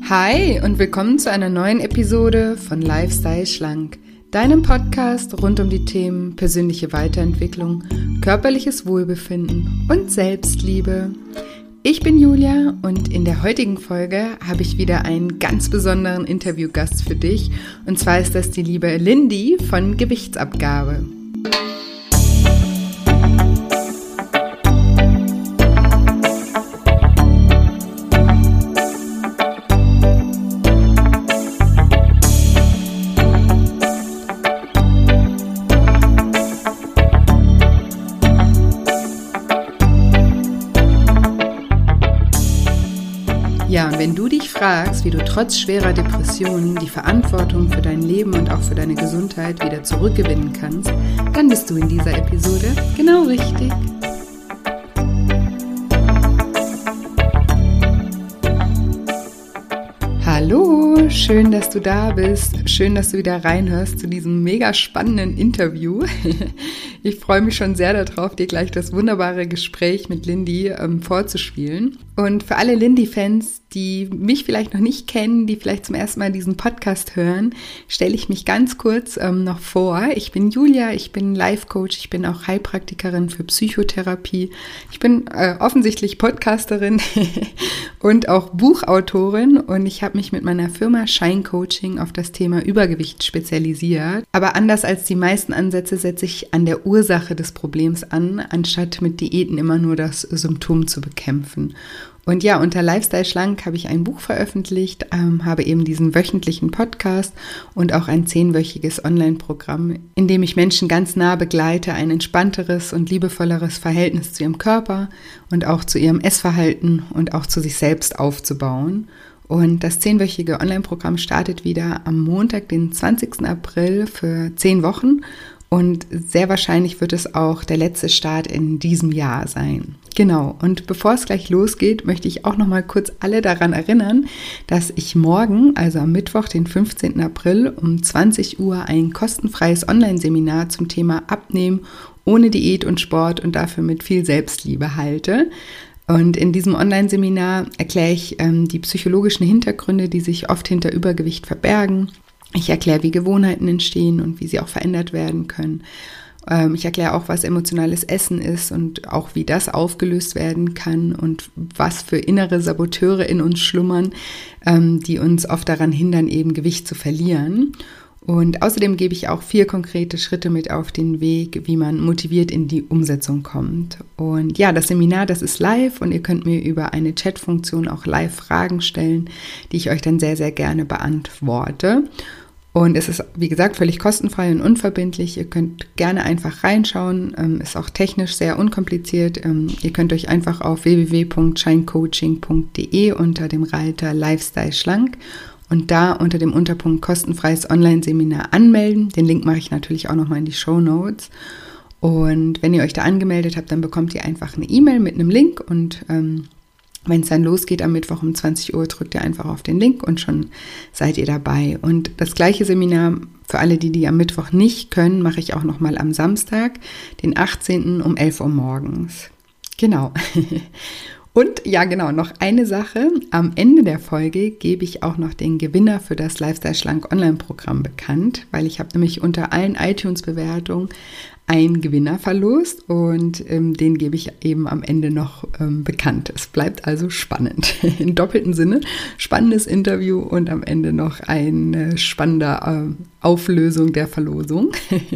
Hi und willkommen zu einer neuen Episode von Lifestyle Schlank, deinem Podcast rund um die Themen persönliche Weiterentwicklung, körperliches Wohlbefinden und Selbstliebe. Ich bin Julia und in der heutigen Folge habe ich wieder einen ganz besonderen Interviewgast für dich, und zwar ist das die liebe Lindy von Gewichtsabgabe. Ja, und wenn du dich fragst, wie du trotz schwerer Depressionen die Verantwortung für dein Leben und auch für deine Gesundheit wieder zurückgewinnen kannst, dann bist du in dieser Episode genau richtig. Hallo, schön, dass du da bist. Schön, dass du wieder reinhörst zu diesem mega spannenden Interview. Ich freue mich schon sehr darauf, dir gleich das wunderbare Gespräch mit Lindy vorzuspielen. Und für alle Lindy-Fans, die mich vielleicht noch nicht kennen, die vielleicht zum ersten Mal diesen Podcast hören, stelle ich mich ganz kurz noch vor. Ich bin Julia, ich bin Life-Coach, ich bin auch Heilpraktikerin für Psychotherapie. Ich bin offensichtlich Podcasterin und auch Buchautorin, und ich habe mich mit meiner Firma Shine Coaching auf das Thema Übergewicht spezialisiert. Aber anders als die meisten Ansätze setze ich an der Ursache des Problems an, anstatt mit Diäten immer nur das Symptom zu bekämpfen. Und ja, unter Lifestyle Schlank habe ich ein Buch veröffentlicht, habe eben diesen wöchentlichen Podcast und auch ein 10-wöchiges Online-Programm, in dem ich Menschen ganz nah begleite, ein entspannteres und liebevolleres Verhältnis zu ihrem Körper und auch zu ihrem Essverhalten und auch zu sich selbst aufzubauen. Und das 10-wöchige Online-Programm startet wieder am Montag, den 20. April für 10 Wochen. Und sehr wahrscheinlich wird es auch der letzte Start in diesem Jahr sein. Genau, und bevor es gleich losgeht, möchte ich auch noch mal kurz alle daran erinnern, dass ich morgen, also am Mittwoch, den 15. April um 20 Uhr ein kostenfreies Online-Seminar zum Thema Abnehmen ohne Diät und Sport und dafür mit viel Selbstliebe halte. Und in diesem Online-Seminar erkläre ich die psychologischen Hintergründe, die sich oft hinter Übergewicht verbergen. Ich erkläre, wie Gewohnheiten entstehen und wie sie auch verändert werden können. Ich erkläre auch, was emotionales Essen ist und auch, wie das aufgelöst werden kann und was für innere Saboteure in uns schlummern, die uns oft daran hindern, eben Gewicht zu verlieren. Und außerdem gebe ich auch 4 konkrete Schritte mit auf den Weg, wie man motiviert in die Umsetzung kommt. Und ja, das Seminar, das ist live, und ihr könnt mir über eine Chatfunktion auch live Fragen stellen, die ich euch dann sehr, sehr gerne beantworte. Und es ist, wie gesagt, völlig kostenfrei und unverbindlich. Ihr könnt gerne einfach reinschauen. Ist auch technisch sehr unkompliziert. Ihr könnt euch einfach auf www.shinecoaching.de unter dem Reiter Lifestyle Schlank und da unter dem Unterpunkt kostenfreies Online-Seminar anmelden. Den Link mache ich natürlich auch nochmal in die Shownotes. Und wenn ihr euch da angemeldet habt, dann bekommt ihr einfach eine E-Mail mit einem Link, und wenn es dann losgeht am Mittwoch um 20 Uhr, drückt ihr einfach auf den Link und schon seid ihr dabei. Und das gleiche Seminar für alle, die am Mittwoch nicht können, mache ich auch nochmal am Samstag, den 18. um 11 Uhr morgens. Genau. Und ja, genau, noch eine Sache. Am Ende der Folge gebe ich auch noch den Gewinner für das Lifestyle Schlank Online-Programm bekannt, weil ich habe nämlich unter allen iTunes-Bewertungen einen Gewinner verlost, und den gebe ich eben am Ende noch bekannt. Es bleibt also spannend. Im doppelten Sinne. Spannendes Interview und am Ende noch eine spannende Auflösung der Verlosung.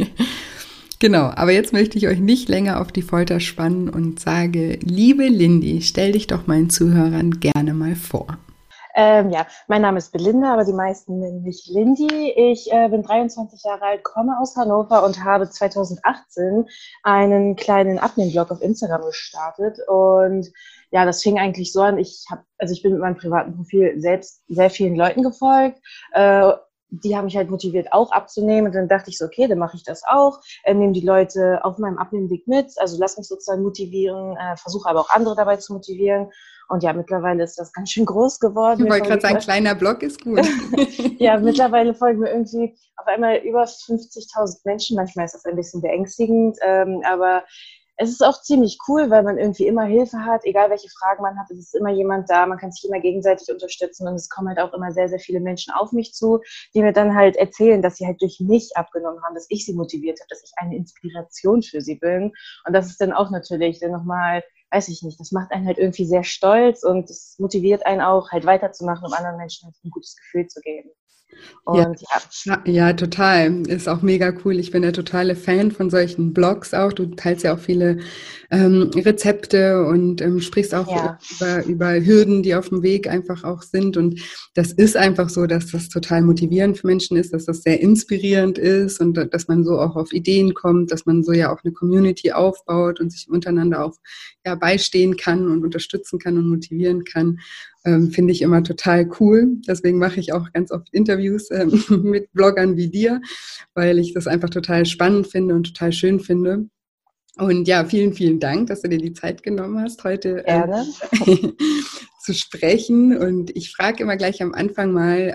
Genau, aber jetzt möchte ich euch nicht länger auf die Folter spannen und sage, liebe Lindy, stell dich doch meinen Zuhörern gerne mal vor. Ja, mein Name ist Belinda, aber die meisten nennen mich Lindy. Ich bin 23 Jahre alt, komme aus Hannover und habe 2018 einen kleinen Abnehmblog auf Instagram gestartet. Und ja, das fing eigentlich so an. Ich bin mit meinem privaten Profil selbst sehr vielen Leuten gefolgt. Die haben mich halt motiviert, auch abzunehmen. Und dann dachte ich so, okay, dann mache ich das auch. Nehme die Leute auf meinem Abnehmweg mit. Also lass mich sozusagen motivieren, versuche aber auch andere dabei zu motivieren. Und ja, mittlerweile ist das ganz schön groß geworden. Ich wollte gerade sagen, kleiner Blog ist gut. Ja, mittlerweile folgen mir irgendwie auf einmal über 50.000 Menschen. Manchmal ist das ein bisschen beängstigend, aber es ist auch ziemlich cool, weil man irgendwie immer Hilfe hat, egal welche Fragen man hat, es ist immer jemand da, man kann sich immer gegenseitig unterstützen und es kommen halt auch immer sehr, sehr viele Menschen auf mich zu, die mir dann halt erzählen, dass sie halt durch mich abgenommen haben, dass ich sie motiviert habe, dass ich eine Inspiration für sie bin. Und das ist dann auch natürlich dann nochmal, weiß ich nicht, das macht einen halt irgendwie sehr stolz und es motiviert einen auch halt weiterzumachen, um anderen Menschen halt ein gutes Gefühl zu geben. Ja, Und ja. ja, total. Ist auch mega cool. Ich bin der totale Fan von solchen Blogs auch. Du teilst ja auch viele Rezepte und sprichst auch Ja. über Hürden, die auf dem Weg einfach auch sind. Und das ist einfach so, dass das total motivierend für Menschen ist, dass das sehr inspirierend ist und dass man so auch auf Ideen kommt, dass man so ja auch eine Community aufbaut und sich untereinander auch ja, beistehen kann und unterstützen kann und motivieren kann. Finde ich immer total cool. Deswegen mache ich auch ganz oft Interviews mit Bloggern wie dir, weil ich das einfach total spannend finde und total schön finde. Und ja, vielen, vielen Dank, dass du dir die Zeit genommen hast, heute Gerne. zu sprechen. Und ich frage immer gleich am Anfang mal,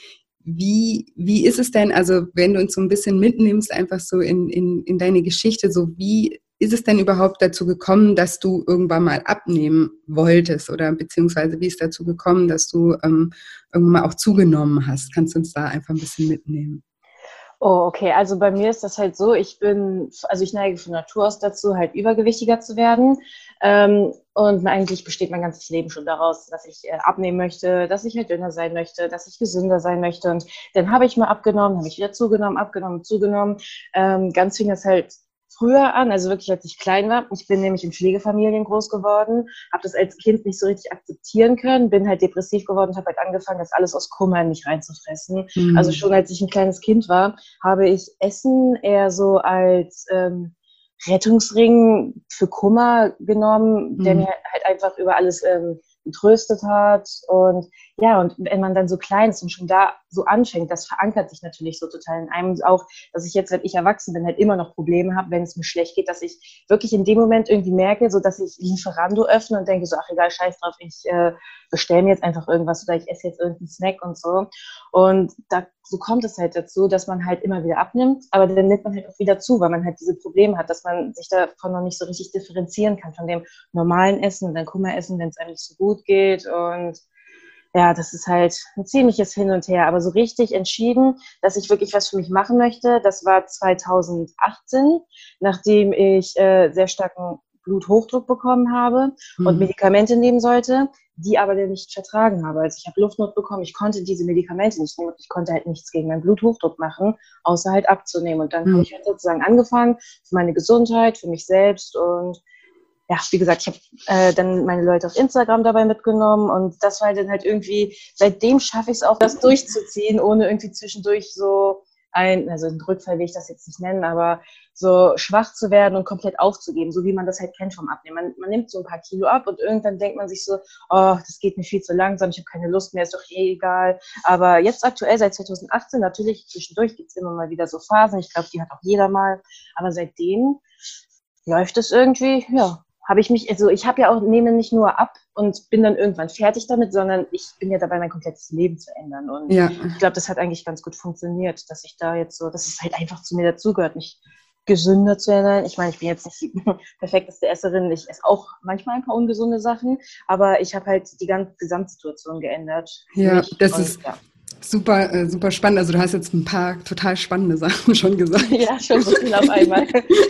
wie ist es denn, also wenn du uns so ein bisschen mitnimmst, einfach so in deine Geschichte, so wie ist es denn überhaupt dazu gekommen, dass du irgendwann mal abnehmen wolltest oder beziehungsweise wie ist dazu gekommen, dass du irgendwann mal auch zugenommen hast? Kannst du uns da einfach ein bisschen mitnehmen? Oh, okay. Also bei mir ist das halt so, ich neige von Natur aus dazu, halt übergewichtiger zu werden. Und eigentlich besteht mein ganzes Leben schon daraus, dass ich abnehmen möchte, dass ich halt dünner sein möchte, dass ich gesünder sein möchte. Und dann habe ich mal abgenommen, habe ich wieder zugenommen, abgenommen, zugenommen. Ganz fing das halt früher an, also wirklich als ich klein war. Ich bin nämlich in Pflegefamilien groß geworden, habe das als Kind nicht so richtig akzeptieren können, bin halt depressiv geworden und habe halt angefangen, das alles aus Kummer in mich reinzufressen. Also Mhm. schon als ich ein kleines Kind war, habe ich Essen eher so als Rettungsring für Kummer genommen, der mir Mhm. halt einfach über alles getröstet hat. Und ja, und wenn man dann so klein ist und schon da so anfängt, das verankert sich natürlich so total in einem auch, dass ich jetzt, wenn ich erwachsen bin, halt immer noch Probleme habe, wenn es mir schlecht geht, dass ich wirklich in dem Moment irgendwie merke, so dass ich Lieferando öffne und denke so, ach egal, scheiß drauf, ich bestelle mir jetzt einfach irgendwas oder ich esse jetzt irgendeinen Snack und so. Und so kommt es halt dazu, dass man halt immer wieder abnimmt, aber dann nimmt man halt auch wieder zu, weil man halt diese Probleme hat, dass man sich davon noch nicht so richtig differenzieren kann, von dem normalen Essen und dann Kummeressen, wenn es einem nicht so gut geht. Und ja, das ist halt ein ziemliches Hin und Her. Aber so richtig entschieden, dass ich wirklich was für mich machen möchte, das war 2018, nachdem ich sehr starken Bluthochdruck bekommen habe und Mhm. Medikamente nehmen sollte, die aber dann nicht vertragen habe. Also ich habe Luftnot bekommen, ich konnte diese Medikamente nicht nehmen und ich konnte halt nichts gegen meinen Bluthochdruck machen, außer halt abzunehmen. Und dann habe Mhm. ich halt sozusagen angefangen für meine Gesundheit, für mich selbst und ja, wie gesagt, ich habe dann meine Leute auf Instagram dabei mitgenommen und das war dann halt irgendwie, seitdem schaffe ich es auch, das durchzuziehen, ohne irgendwie zwischendurch so also einen Rückfall will ich das jetzt nicht nennen, aber so schwach zu werden und komplett aufzugeben, so wie man das halt kennt vom Abnehmen. Man nimmt so ein paar Kilo ab und irgendwann denkt man sich so, oh, das geht mir viel zu langsam, ich habe keine Lust mehr, ist doch eh egal. Aber jetzt aktuell, seit 2018, natürlich zwischendurch gibt's immer mal wieder so Phasen, ich glaube, die hat auch jeder mal, aber seitdem läuft es irgendwie, ja, habe ich mich, also ich habe ja auch, nehme nicht nur ab und bin dann irgendwann fertig damit, sondern ich bin ja dabei, mein komplettes Leben zu ändern. Und Ja. ich glaube, das hat eigentlich ganz gut funktioniert, dass ich da jetzt so, dass es halt einfach zu mir dazugehört, mich gesünder zu ernähren. Ich meine, ich bin jetzt nicht die perfekteste Esserin, ich esse auch manchmal ein paar ungesunde Sachen, aber ich habe halt die ganze Gesamtsituation geändert für Ja, mich das und ist ja. super, super spannend. Also du hast jetzt ein paar total spannende Sachen schon gesagt. Ja, schon so viel auf einmal.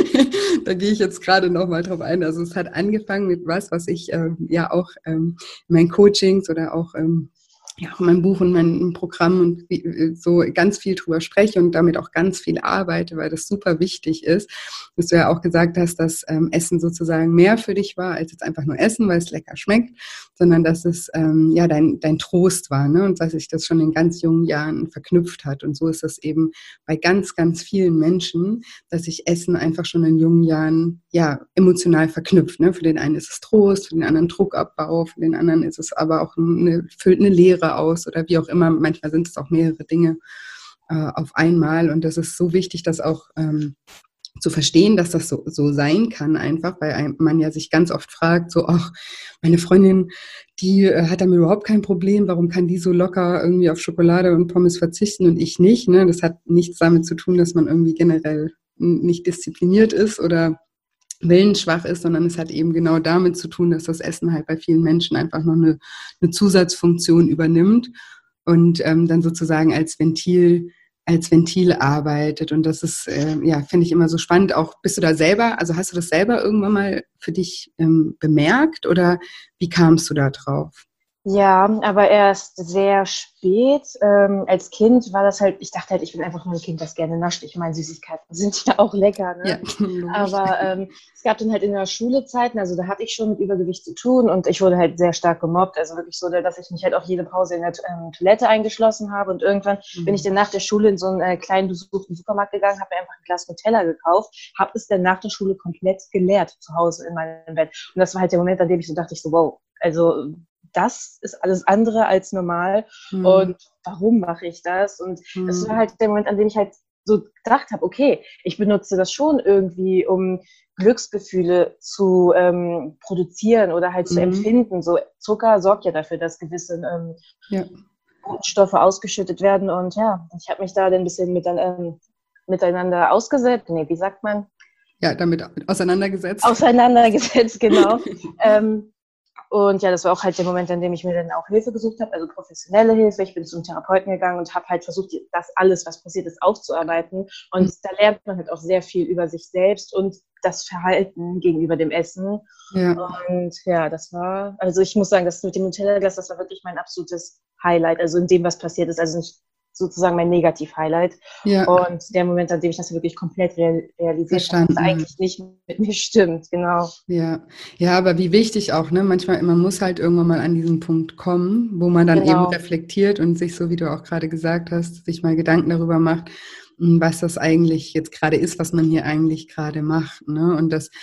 Da gehe ich jetzt gerade noch mal drauf ein. Also es hat angefangen mit was ich ja auch in meinen Coachings oder auch ja, auch in meinem Buch und meinem Programm und so ganz viel drüber spreche und damit auch ganz viel arbeite, weil das super wichtig ist, dass du ja auch gesagt hast, dass Essen sozusagen mehr für dich war, als jetzt einfach nur Essen, weil es lecker schmeckt, sondern dass es ja dein Trost war, ne? Und dass sich das schon in ganz jungen Jahren verknüpft hat. Und so ist das eben bei ganz, ganz vielen Menschen, dass sich Essen einfach schon in jungen Jahren ja emotional verknüpft. Ne? Für den einen ist es Trost, für den anderen Druckabbau, für den anderen ist es aber auch füllt eine Leere aus oder wie auch immer. Manchmal sind es auch mehrere Dinge auf einmal. Und das ist so wichtig, das auch zu verstehen, dass das so sein kann einfach, weil man ja sich ganz oft fragt, so, ach, meine Freundin, die hat damit überhaupt kein Problem, warum kann die so locker irgendwie auf Schokolade und Pommes verzichten und ich nicht, ne? Das hat nichts damit zu tun, dass man irgendwie generell nicht diszipliniert ist oder willensschwach ist, sondern es hat eben genau damit zu tun, dass das Essen halt bei vielen Menschen einfach noch eine Zusatzfunktion übernimmt und dann sozusagen als Ventil arbeitet. Und das ist, ja, finde ich immer so spannend. Auch bist du da selber, also hast du das selber irgendwann mal für dich bemerkt oder wie kamst du da drauf? Ja, aber erst sehr spät. Als Kind war das halt, ich dachte halt, ich bin einfach nur ein Kind, das gerne nascht. Ich meine, Süßigkeiten sind ja auch lecker, Ja, ne? logisch. Aber es gab dann halt in der Schule Zeiten, also da hatte ich schon mit Übergewicht zu tun und ich wurde halt sehr stark gemobbt. Also wirklich so, dass ich mich halt auch jede Pause in der Toilette eingeschlossen habe. Und irgendwann bin ich dann nach der Schule in so einen kleinen besuchten Supermarkt gegangen, habe mir einfach ein Glas Nutella gekauft, habe es dann nach der Schule komplett geleert zu Hause in meinem Bett. Und das war halt der Moment, an dem ich so dachte, ich so, wow, also das ist alles andere als normal und warum mache ich das? Und das war halt der Moment, an dem ich halt so gedacht habe, okay, ich benutze das schon irgendwie, um Glücksgefühle zu produzieren oder halt zu empfinden. So Zucker sorgt ja dafür, dass gewisse Ja. Botenstoffe ausgeschüttet werden und ja, ich habe mich da dann ein bisschen miteinander ausgesetzt, nee, wie sagt man? Ja, damit auseinandergesetzt. Auseinandergesetzt, genau. Und ja, das war auch halt der Moment, an dem ich mir dann auch Hilfe gesucht habe, also professionelle Hilfe. Ich bin zum Therapeuten gegangen und habe halt versucht, das alles, was passiert ist, aufzuarbeiten. Und da lernt man halt auch sehr viel über sich selbst und das Verhalten gegenüber dem Essen. Ja. Und ja, das war, also ich muss sagen, das mit dem Nutella-Glas, das war wirklich mein absolutes Highlight, also in dem, was passiert ist, also nicht sozusagen mein Negativ-Highlight. Ja. Und der Moment, an dem ich das wirklich komplett realisiert habe, dass eigentlich nicht mit mir stimmt, genau. Ja, ja, aber wie wichtig auch, ne? Manchmal, man muss halt irgendwann mal an diesen Punkt kommen, wo man dann eben reflektiert und sich, so wie du auch gerade gesagt hast, sich mal Gedanken darüber macht, was das eigentlich jetzt gerade ist, was man hier eigentlich gerade macht, ne? Und das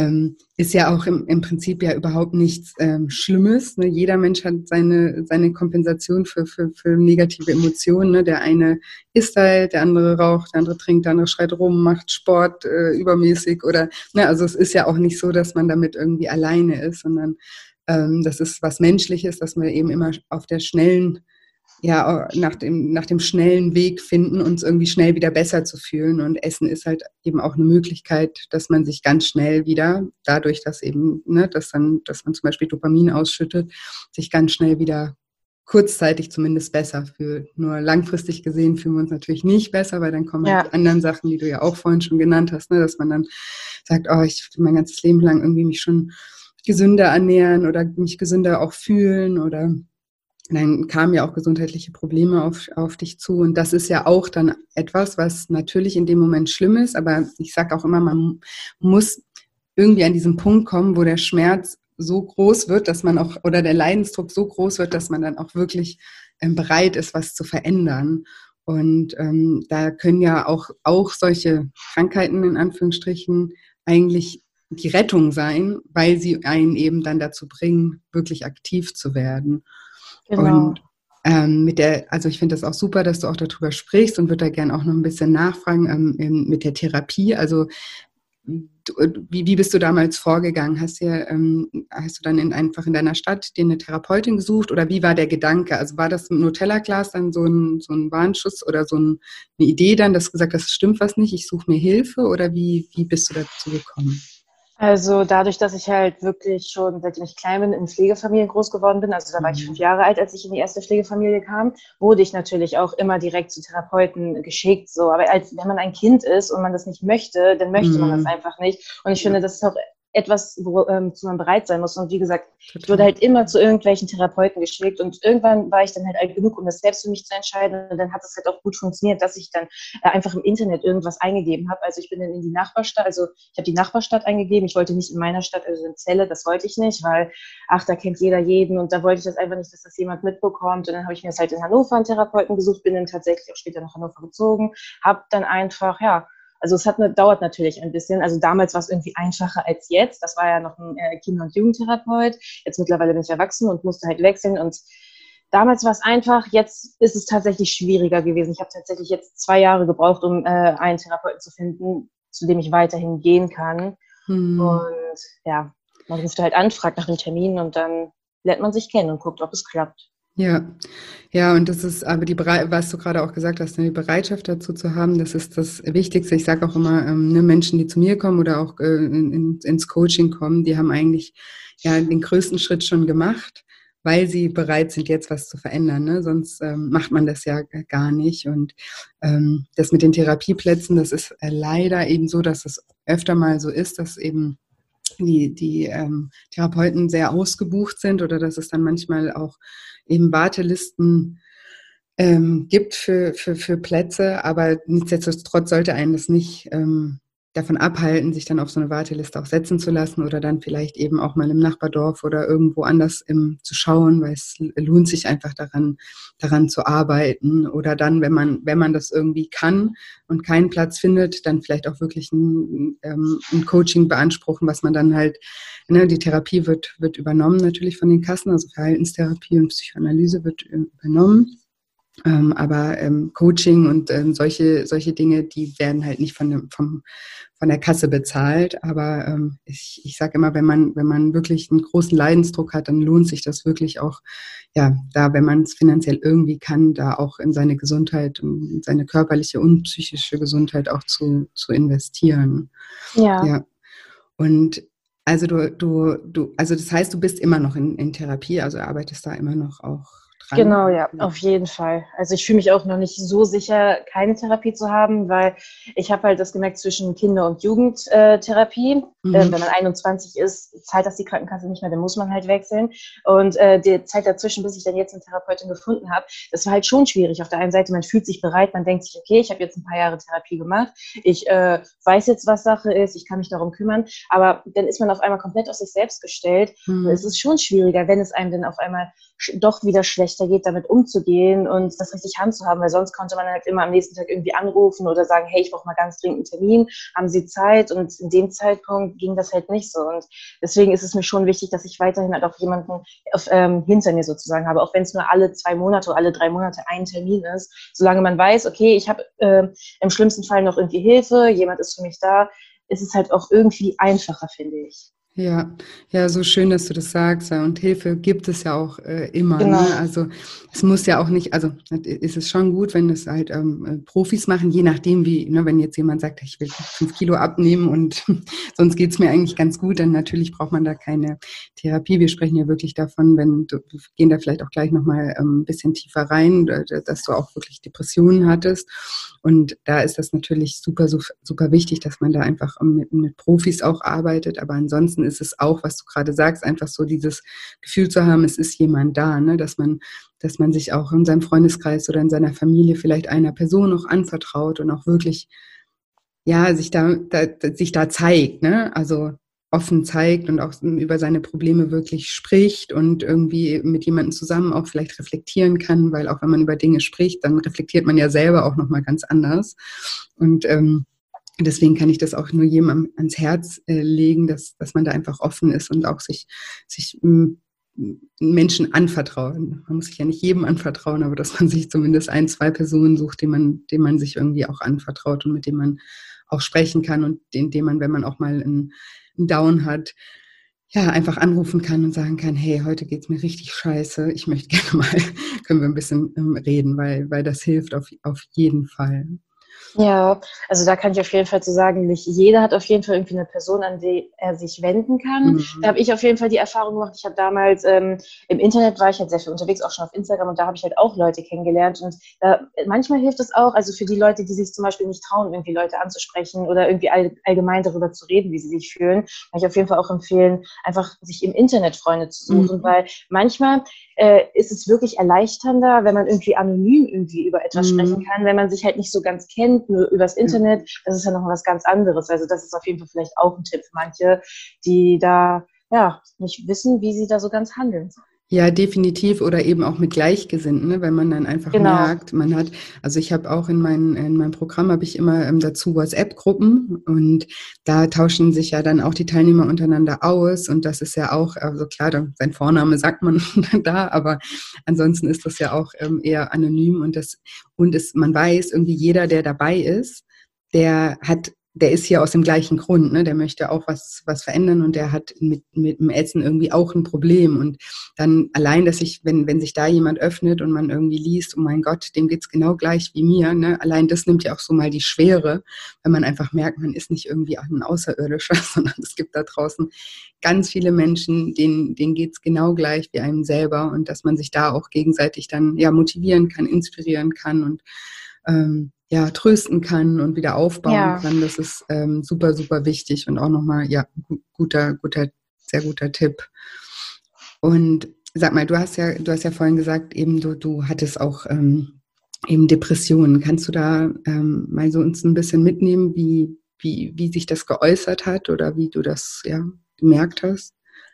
ist ja auch im Prinzip ja überhaupt nichts Schlimmes, ne? Jeder Mensch hat seine Kompensation für negative Emotionen, ne? Der eine isst halt, der andere raucht, der andere trinkt, der andere schreit rum, macht Sport übermäßig oder, ne? Also es ist ja auch nicht so, dass man damit irgendwie alleine ist, sondern das ist was Menschliches, dass wir eben immer auf der schnellen, ja, nach dem schnellen Weg finden, uns irgendwie schnell wieder besser zu fühlen. Und Essen ist halt eben auch eine Möglichkeit, dass man sich ganz schnell wieder, dadurch, dass eben, ne, dass man zum Beispiel Dopamin ausschüttet, sich ganz schnell wieder kurzzeitig zumindest besser fühlt. Nur langfristig gesehen fühlen wir uns natürlich nicht besser, weil dann kommen halt die anderen Sachen, die du ja auch vorhin schon genannt hast, ne, dass man dann sagt, oh, ich will mein ganzes Leben lang irgendwie mich schon gesünder ernähren oder mich gesünder auch fühlen oder dann kamen ja auch gesundheitliche Probleme auf dich zu. Und das ist ja auch dann etwas, was natürlich in dem Moment schlimm ist. Aber ich sage auch immer, man muss irgendwie an diesen Punkt kommen, wo der Schmerz so groß wird, dass man auch, oder der Leidensdruck so groß wird, dass man dann auch wirklich bereit ist, was zu verändern. Und da können ja auch solche Krankheiten in Anführungsstrichen eigentlich die Rettung sein, weil sie einen eben dann dazu bringen, wirklich aktiv zu werden. Genau. Und also ich finde das auch super, dass du auch darüber sprichst und würde da gerne auch noch ein bisschen nachfragen mit der Therapie. Also wie bist du damals vorgegangen? Hast du dann einfach in deiner Stadt dir eine Therapeutin gesucht oder wie war der Gedanke? Also war das ein Nutella-Glas dann so ein Warnschuss oder eine Idee dann, dass du gesagt hast, es stimmt was nicht, ich suche mir Hilfe oder wie bist du dazu gekommen? Also dadurch, dass ich halt wirklich schon, seitdem ich klein bin, in Pflegefamilien groß geworden bin, also da war ich 5 Jahre alt, als ich in die erste Pflegefamilie kam, wurde ich natürlich auch immer direkt zu Therapeuten geschickt. So, aber wenn man ein Kind ist und man das nicht möchte, dann möchte man das einfach nicht. Und ich finde, das ist auch etwas, wozu man bereit sein muss. Und wie gesagt, ich wurde halt immer zu irgendwelchen Therapeuten geschickt und irgendwann war ich dann halt alt genug, um das selbst für mich zu entscheiden. Und dann hat es halt auch gut funktioniert, dass ich dann einfach im Internet irgendwas eingegeben habe. Also ich bin dann in die Nachbarstadt, also ich habe die Nachbarstadt eingegeben. Ich wollte nicht in meiner Stadt, also in Celle, das wollte ich nicht, weil, da kennt jeder jeden und da wollte ich das einfach nicht, dass das jemand mitbekommt. Und dann habe ich mir das halt in Hannover einen Therapeuten gesucht, bin dann tatsächlich auch später nach Hannover gezogen, habe dann einfach, also es dauert natürlich ein bisschen. Also damals war es irgendwie einfacher als jetzt. Das war ja noch ein Kinder- und Jugendtherapeut. Jetzt mittlerweile bin ich erwachsen und musste halt wechseln. Und damals war es einfach. Jetzt ist es tatsächlich schwieriger gewesen. Ich habe tatsächlich jetzt 2 Jahre gebraucht, um einen Therapeuten zu finden, zu dem ich weiterhin gehen kann. Und ja, man ruft halt an, fragt nach dem Termin und dann lernt man sich kennen und guckt, ob es klappt. Ja, ja, und das ist aber was du gerade auch gesagt hast, ne, die Bereitschaft dazu zu haben, das ist das Wichtigste. Ich sage auch immer, ne, Menschen, die zu mir kommen oder auch ins Coaching kommen, die haben eigentlich ja den größten Schritt schon gemacht, weil sie bereit sind, jetzt was zu verändern. Ne? Sonst macht man das ja gar nicht. Und das mit den Therapieplätzen, das ist leider eben so, dass es öfter mal so ist, dass eben die Therapeuten sehr ausgebucht sind oder dass es dann manchmal auch eben Wartelisten gibt für Plätze, aber nichtsdestotrotz sollte einen das nicht davon abhalten, sich dann auf so eine Warteliste auch setzen zu lassen oder dann vielleicht eben auch mal im Nachbardorf oder irgendwo anders zu schauen, weil es lohnt sich einfach daran zu arbeiten oder dann, wenn man das irgendwie kann und keinen Platz findet, dann vielleicht auch wirklich ein Coaching beanspruchen, was man dann halt, ne, die Therapie wird übernommen natürlich von den Kassen, also Verhaltenstherapie und Psychoanalyse wird übernommen. Aber Coaching und solche Dinge, die werden halt nicht von der Kasse bezahlt. Aber ich sage immer, wenn man wirklich einen großen Leidensdruck hat, dann lohnt sich das wirklich auch, ja, da, wenn man es finanziell irgendwie kann, da auch in seine Gesundheit und in seine körperliche und psychische Gesundheit auch zu investieren. Ja. Ja. Und also also das heißt, du bist immer noch in Therapie, also arbeitest da immer noch auch dran. Genau, ja, auf jeden Fall. Also ich fühle mich auch noch nicht so sicher, keine Therapie zu haben, weil ich habe halt das gemerkt zwischen Kinder- und Jugendtherapie. Wenn man 21 ist, zahlt das die Krankenkasse nicht mehr, dann muss man halt wechseln. Und die Zeit dazwischen, bis ich dann jetzt eine Therapeutin gefunden habe, das war halt schon schwierig. Auf der einen Seite, man fühlt sich bereit, man denkt sich, okay, ich habe jetzt ein paar Jahre Therapie gemacht, ich weiß jetzt, was Sache ist, ich kann mich darum kümmern, aber dann ist man auf einmal komplett auf sich selbst gestellt. Und es ist schon schwieriger, wenn es einem dann auf einmal doch wieder schlechter geht, damit umzugehen und das richtig handzuhaben, weil sonst konnte man halt immer am nächsten Tag irgendwie anrufen oder sagen, hey, ich brauche mal ganz dringend einen Termin, haben Sie Zeit? Und in dem Zeitpunkt ging das halt nicht so. Und deswegen ist es mir schon wichtig, dass ich weiterhin halt auch jemanden hinter mir sozusagen habe, auch wenn es nur alle 2 Monate oder alle 3 Monate ein Termin ist, solange man weiß, okay, ich habe im schlimmsten Fall noch irgendwie Hilfe, jemand ist für mich da, ist es halt auch irgendwie einfacher, finde ich. Ja, ja, so schön, dass du das sagst. Ja. Und Hilfe gibt es ja auch immer. Ne? Genau. Also es muss ja auch nicht, also ist es schon gut, wenn es halt Profis machen, je nachdem wie, ne, wenn jetzt jemand sagt, ich will 5 Kilo abnehmen und sonst geht's mir eigentlich ganz gut, dann natürlich braucht man da keine Therapie. Wir sprechen ja wirklich davon, wir gehen da vielleicht auch gleich nochmal ein bisschen tiefer rein, dass du auch wirklich Depressionen hattest. Und da ist das natürlich super, super wichtig, dass man da einfach mit Profis auch arbeitet. Aber ansonsten ist es auch, was du gerade sagst, einfach so dieses Gefühl zu haben, es ist jemand da, ne? Dass man sich auch in seinem Freundeskreis oder in seiner Familie vielleicht einer Person noch anvertraut und auch wirklich, ja, sich da zeigt, ne? Also offen zeigt und auch über seine Probleme wirklich spricht und irgendwie mit jemandem zusammen auch vielleicht reflektieren kann, weil auch wenn man über Dinge spricht, dann reflektiert man ja selber auch nochmal ganz anders. Und deswegen kann ich das auch nur jedem ans Herz legen, dass man da einfach offen ist und auch sich Menschen anvertrauen. Man muss sich ja nicht jedem anvertrauen, aber dass man sich zumindest 1, 2 Personen sucht, denen man sich irgendwie auch anvertraut und mit denen man auch sprechen kann und dem man, wenn man auch mal einen Down hat, ja, einfach anrufen kann und sagen kann, hey, heute geht's mir richtig scheiße, ich möchte gerne mal, können wir ein bisschen reden, weil das hilft auf jeden Fall. Ja, also da kann ich auf jeden Fall zu sagen, nicht jeder hat auf jeden Fall irgendwie eine Person, an die er sich wenden kann. Da habe Mhm. ich auf jeden Fall die Erfahrung gemacht. Ich habe damals im Internet war ich halt sehr viel unterwegs, auch schon auf Instagram und da habe ich halt auch Leute kennengelernt und manchmal hilft es auch, also für die Leute, die sich zum Beispiel nicht trauen, irgendwie Leute anzusprechen oder irgendwie allgemein darüber zu reden, wie sie sich fühlen, kann ich auf jeden Fall auch empfehlen, einfach sich im Internet Freunde zu suchen, Mhm. weil manchmal ist es wirklich erleichternder, wenn man irgendwie anonym irgendwie über etwas sprechen Mhm. kann, wenn man sich halt nicht so ganz kennt, nur übers Ja. Internet. Das ist ja noch was ganz anderes. Also das ist auf jeden Fall vielleicht auch ein Tipp für manche, die da ja nicht wissen, wie sie da so ganz handeln. Ja, definitiv oder eben auch mit Gleichgesinnten, ne? Wenn man dann einfach Genau. merkt, also ich habe auch in meinem Programm habe ich immer dazu WhatsApp-Gruppen und da tauschen sich ja dann auch die Teilnehmer untereinander aus und das ist ja auch, also klar, sein Vorname sagt man da, aber ansonsten ist das ja auch eher anonym und man weiß irgendwie jeder, der dabei ist, der hat der ist hier aus dem gleichen Grund, ne? Der möchte auch was verändern und der hat mit dem Essen irgendwie auch ein Problem. Und dann allein, dass wenn sich da jemand öffnet und man irgendwie liest, oh mein Gott, dem geht's genau gleich wie mir, ne? Allein das nimmt ja auch so mal die Schwere, wenn man einfach merkt, man ist nicht irgendwie ein Außerirdischer, sondern es gibt da draußen ganz viele Menschen, denen geht's genau gleich wie einem selber und dass man sich da auch gegenseitig dann ja motivieren kann, inspirieren kann und ja, trösten kann und wieder aufbauen Ja. kann. Das ist super, super wichtig und auch nochmal, ja, sehr guter Tipp. Und sag mal, du hast ja vorhin gesagt, eben du hattest auch eben Depressionen. Kannst du da mal so uns ein bisschen mitnehmen, wie sich das geäußert hat oder wie du das ja gemerkt hast?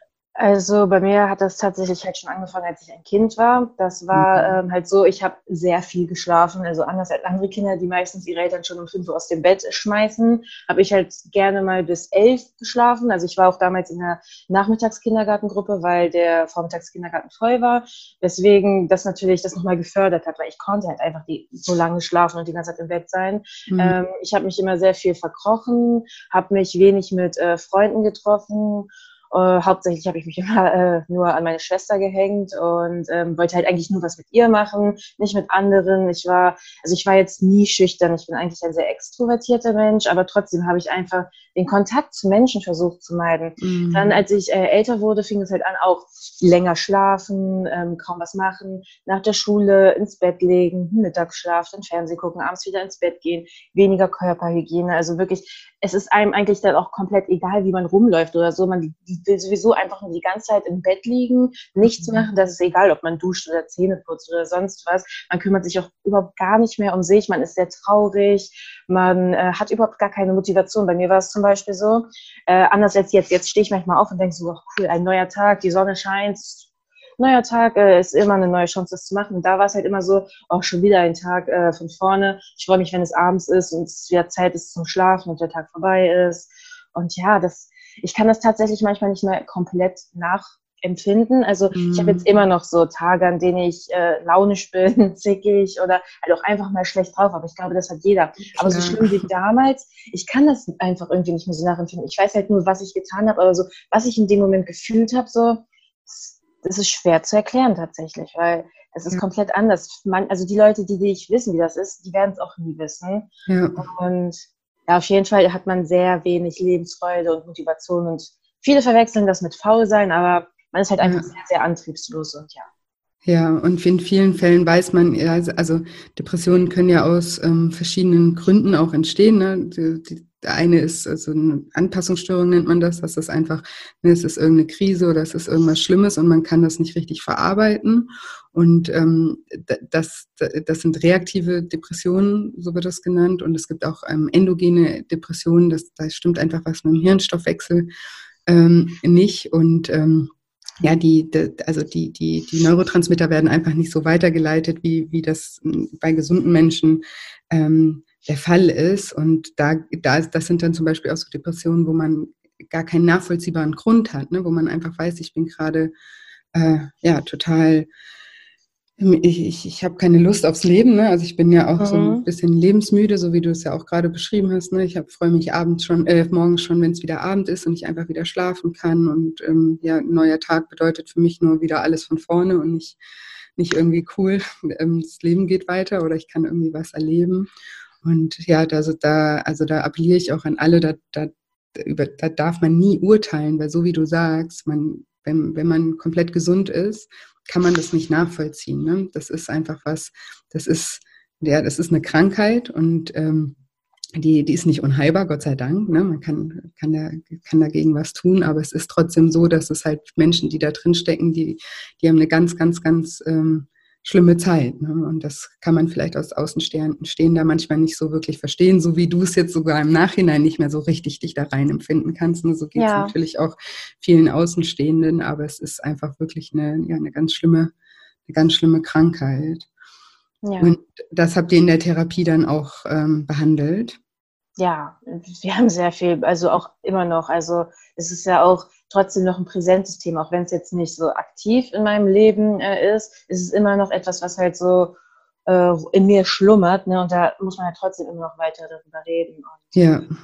Also bei mir hat das tatsächlich halt schon angefangen, als ich ein Kind war. Das war halt so, ich habe sehr viel geschlafen. Also anders als andere Kinder, die meistens ihre Eltern schon um 5 Uhr aus dem Bett schmeißen, habe ich halt gerne mal bis 11 geschlafen. Also ich war auch damals in der Nachmittagskindergartengruppe, weil der Vormittagskindergarten voll war. Weswegen das natürlich das nochmal gefördert hat, weil ich konnte halt einfach so lange schlafen und die ganze Zeit im Bett sein. Ich habe mich immer sehr viel verkrochen, habe mich wenig mit Freunden getroffen. Hauptsächlich habe ich mich immer nur an meine Schwester gehängt und wollte halt eigentlich nur was mit ihr machen, nicht mit anderen. Ich war jetzt nie schüchtern. Ich bin eigentlich ein sehr extrovertierter Mensch, aber trotzdem habe ich einfach den Kontakt zu Menschen versucht zu meiden. Dann, als ich älter wurde, fing es halt an, auch länger schlafen, kaum was machen, nach der Schule ins Bett legen, Mittagsschlaf, dann Fernsehen gucken, abends wieder ins Bett gehen, weniger Körperhygiene. Also wirklich, es ist einem eigentlich dann auch komplett egal, wie man rumläuft oder so. Man will sowieso einfach nur die ganze Zeit im Bett liegen, nichts machen. Das ist egal, ob man duscht oder Zähne putzt oder sonst was. Man kümmert sich auch überhaupt gar nicht mehr um sich. Man ist sehr traurig. Man hat überhaupt gar keine Motivation. Bei mir war es zum Beispiel so, anders als jetzt. Jetzt stehe ich manchmal auf und denke so, oh, cool, ein neuer Tag, die Sonne scheint. Neuer Tag ist immer eine neue Chance, das zu machen. Und da war es halt immer so, auch schon wieder ein Tag von vorne. Ich freue mich, wenn es abends ist und es wieder Zeit ist zum Schlafen und der Tag vorbei ist. Und ja, ich kann das tatsächlich manchmal nicht mehr komplett nachempfinden. Also ich habe jetzt immer noch so Tage, an denen ich launisch bin, zickig oder halt auch einfach mal schlecht drauf. Aber ich glaube, das hat jeder. Aber so schlimm wie damals, ich kann das einfach irgendwie nicht mehr so nachempfinden. Ich weiß halt nur, was ich getan habe, aber so, was ich in dem Moment gefühlt habe, so, das ist schwer zu erklären tatsächlich, weil es ist komplett anders. Also die Leute, die nicht wissen, wie das ist, die werden es auch nie wissen. Ja. Und ja, auf jeden Fall hat man sehr wenig Lebensfreude und Motivation und viele verwechseln das mit Faulsein, aber man ist halt einfach sehr, sehr antriebslos und ja. Ja, und in vielen Fällen weiß man, also Depressionen können ja aus verschiedenen Gründen auch entstehen. Ne? Der eine ist, also eine Anpassungsstörung nennt man das, dass das einfach, ne, es ist irgendeine Krise oder es ist irgendwas Schlimmes und man kann das nicht richtig verarbeiten. Und das sind reaktive Depressionen, so wird das genannt. Und es gibt auch endogene Depressionen, da stimmt einfach was mit dem Hirnstoffwechsel nicht. Und ja, die Neurotransmitter werden einfach nicht so weitergeleitet, wie das bei gesunden Menschen der Fall ist. Und das sind dann zum Beispiel auch so Depressionen, wo man gar keinen nachvollziehbaren Grund hat, ne? Wo man einfach weiß, ich bin gerade total, ich habe keine Lust aufs Leben, ne? Also ich bin ja auch so ein bisschen lebensmüde, so wie du es ja auch gerade beschrieben hast, ne? Ich freue mich morgens schon, wenn es wieder Abend ist und ich einfach wieder schlafen kann. Und ein neuer Tag bedeutet für mich nur wieder alles von vorne und nicht irgendwie cool, das Leben geht weiter oder ich kann irgendwie was erleben. Und ja, da appelliere ich auch an alle, da darf man nie urteilen, weil so wie du sagst, wenn man komplett gesund ist, kann man das nicht nachvollziehen. Ne? Das ist einfach das ist eine Krankheit und die ist nicht unheilbar, Gott sei Dank. Ne? Man kann dagegen was tun, aber es ist trotzdem so, dass es halt Menschen, die da drin stecken, die haben eine ganz, ganz, ganz schlimme Zeit. Ne? Und das kann man vielleicht aus Außenstehender manchmal nicht so wirklich verstehen, so wie du es jetzt sogar im Nachhinein nicht mehr so richtig dich da rein empfinden kannst. Ne? So geht es natürlich auch vielen Außenstehenden, aber es ist einfach wirklich eine ganz schlimme Krankheit. Ja. Und das habt ihr in der Therapie dann auch behandelt? Ja, wir haben sehr viel, also auch immer noch. Also es ist ja auch trotzdem noch ein präsentes Thema, auch wenn es jetzt nicht so aktiv in meinem Leben ist es immer noch etwas, was halt so in mir schlummert, ne? Und da muss man halt trotzdem immer noch weiter darüber reden. Und ja.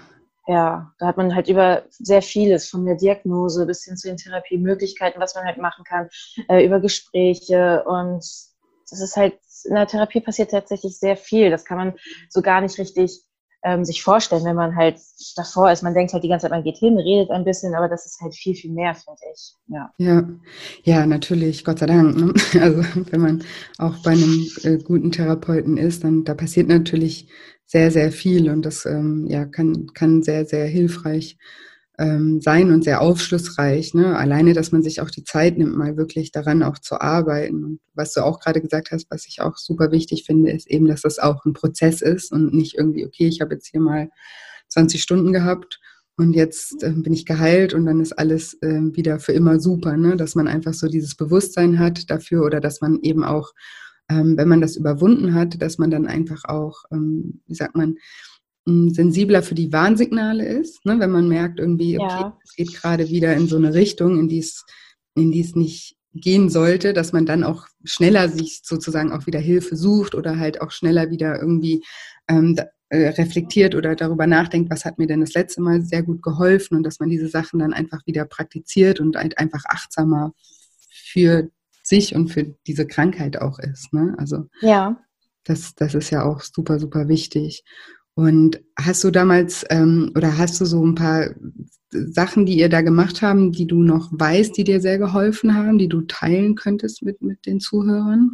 Ja, da hat man halt über sehr vieles, von der Diagnose bis hin zu den Therapiemöglichkeiten, was man halt machen kann, über Gespräche. Und das ist halt, in der Therapie passiert tatsächlich sehr viel. Das kann man so gar nicht richtig sich vorstellen, wenn man halt davor ist. Man denkt halt die ganze Zeit, man geht hin, redet ein bisschen, aber das ist halt viel, viel mehr, finde ich. Ja. Ja, ja, natürlich, Gott sei Dank. Ne? Also wenn man auch bei einem guten Therapeuten ist, dann da passiert natürlich sehr, sehr viel und das ja, kann sehr, sehr hilfreich sein und sehr aufschlussreich. Ne? Alleine, dass man sich auch die Zeit nimmt, mal wirklich daran auch zu arbeiten. Und was du auch gerade gesagt hast, was ich auch super wichtig finde, ist eben, dass das auch ein Prozess ist und nicht irgendwie, okay, ich habe jetzt hier mal 20 Stunden gehabt und jetzt bin ich geheilt und dann ist alles wieder für immer super, ne? Dass man einfach so dieses Bewusstsein hat dafür oder dass man eben auch, wenn man das überwunden hat, dass man dann einfach auch, wie sagt man, sensibler für die Warnsignale ist, ne? Wenn man merkt irgendwie, okay, Ja, es geht gerade wieder in so eine Richtung, in die es nicht gehen sollte, dass man dann auch schneller sich sozusagen auch wieder Hilfe sucht oder halt auch schneller wieder irgendwie reflektiert oder darüber nachdenkt, was hat mir denn das letzte Mal sehr gut geholfen und dass man diese Sachen dann einfach wieder praktiziert und halt einfach achtsamer für sich und für diese Krankheit auch ist. Ne? Also ja. das ist ja auch super, super wichtig. Und hast du damals oder hast du so ein paar Sachen, die ihr da gemacht haben, die du noch weißt, die dir sehr geholfen haben, die du teilen könntest mit den Zuhörern?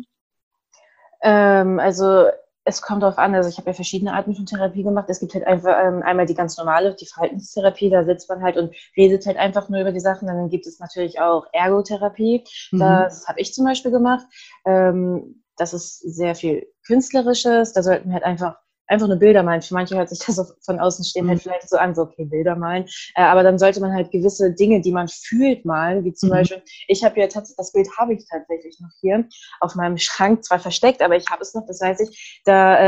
Also es kommt darauf an, also ich habe ja verschiedene Arten von Therapie gemacht. Es gibt halt einfach einmal die ganz normale, die Verhaltenstherapie, da sitzt man halt und redet halt einfach nur über die Sachen. Dann gibt es natürlich auch Ergotherapie, Mhm. das habe ich zum Beispiel gemacht. Das ist sehr viel Künstlerisches, da sollten wir halt einfach nur Bilder malen. Für manche hört sich das so von außen stehen Mhm. halt vielleicht so an, so okay, Bilder malen. Aber dann sollte man halt gewisse Dinge, die man fühlt, malen, wie zum Mhm. Beispiel, ich habe ja tatsächlich, das Bild habe ich tatsächlich noch hier auf meinem Schrank, zwar versteckt, aber ich habe es noch, das weiß ich,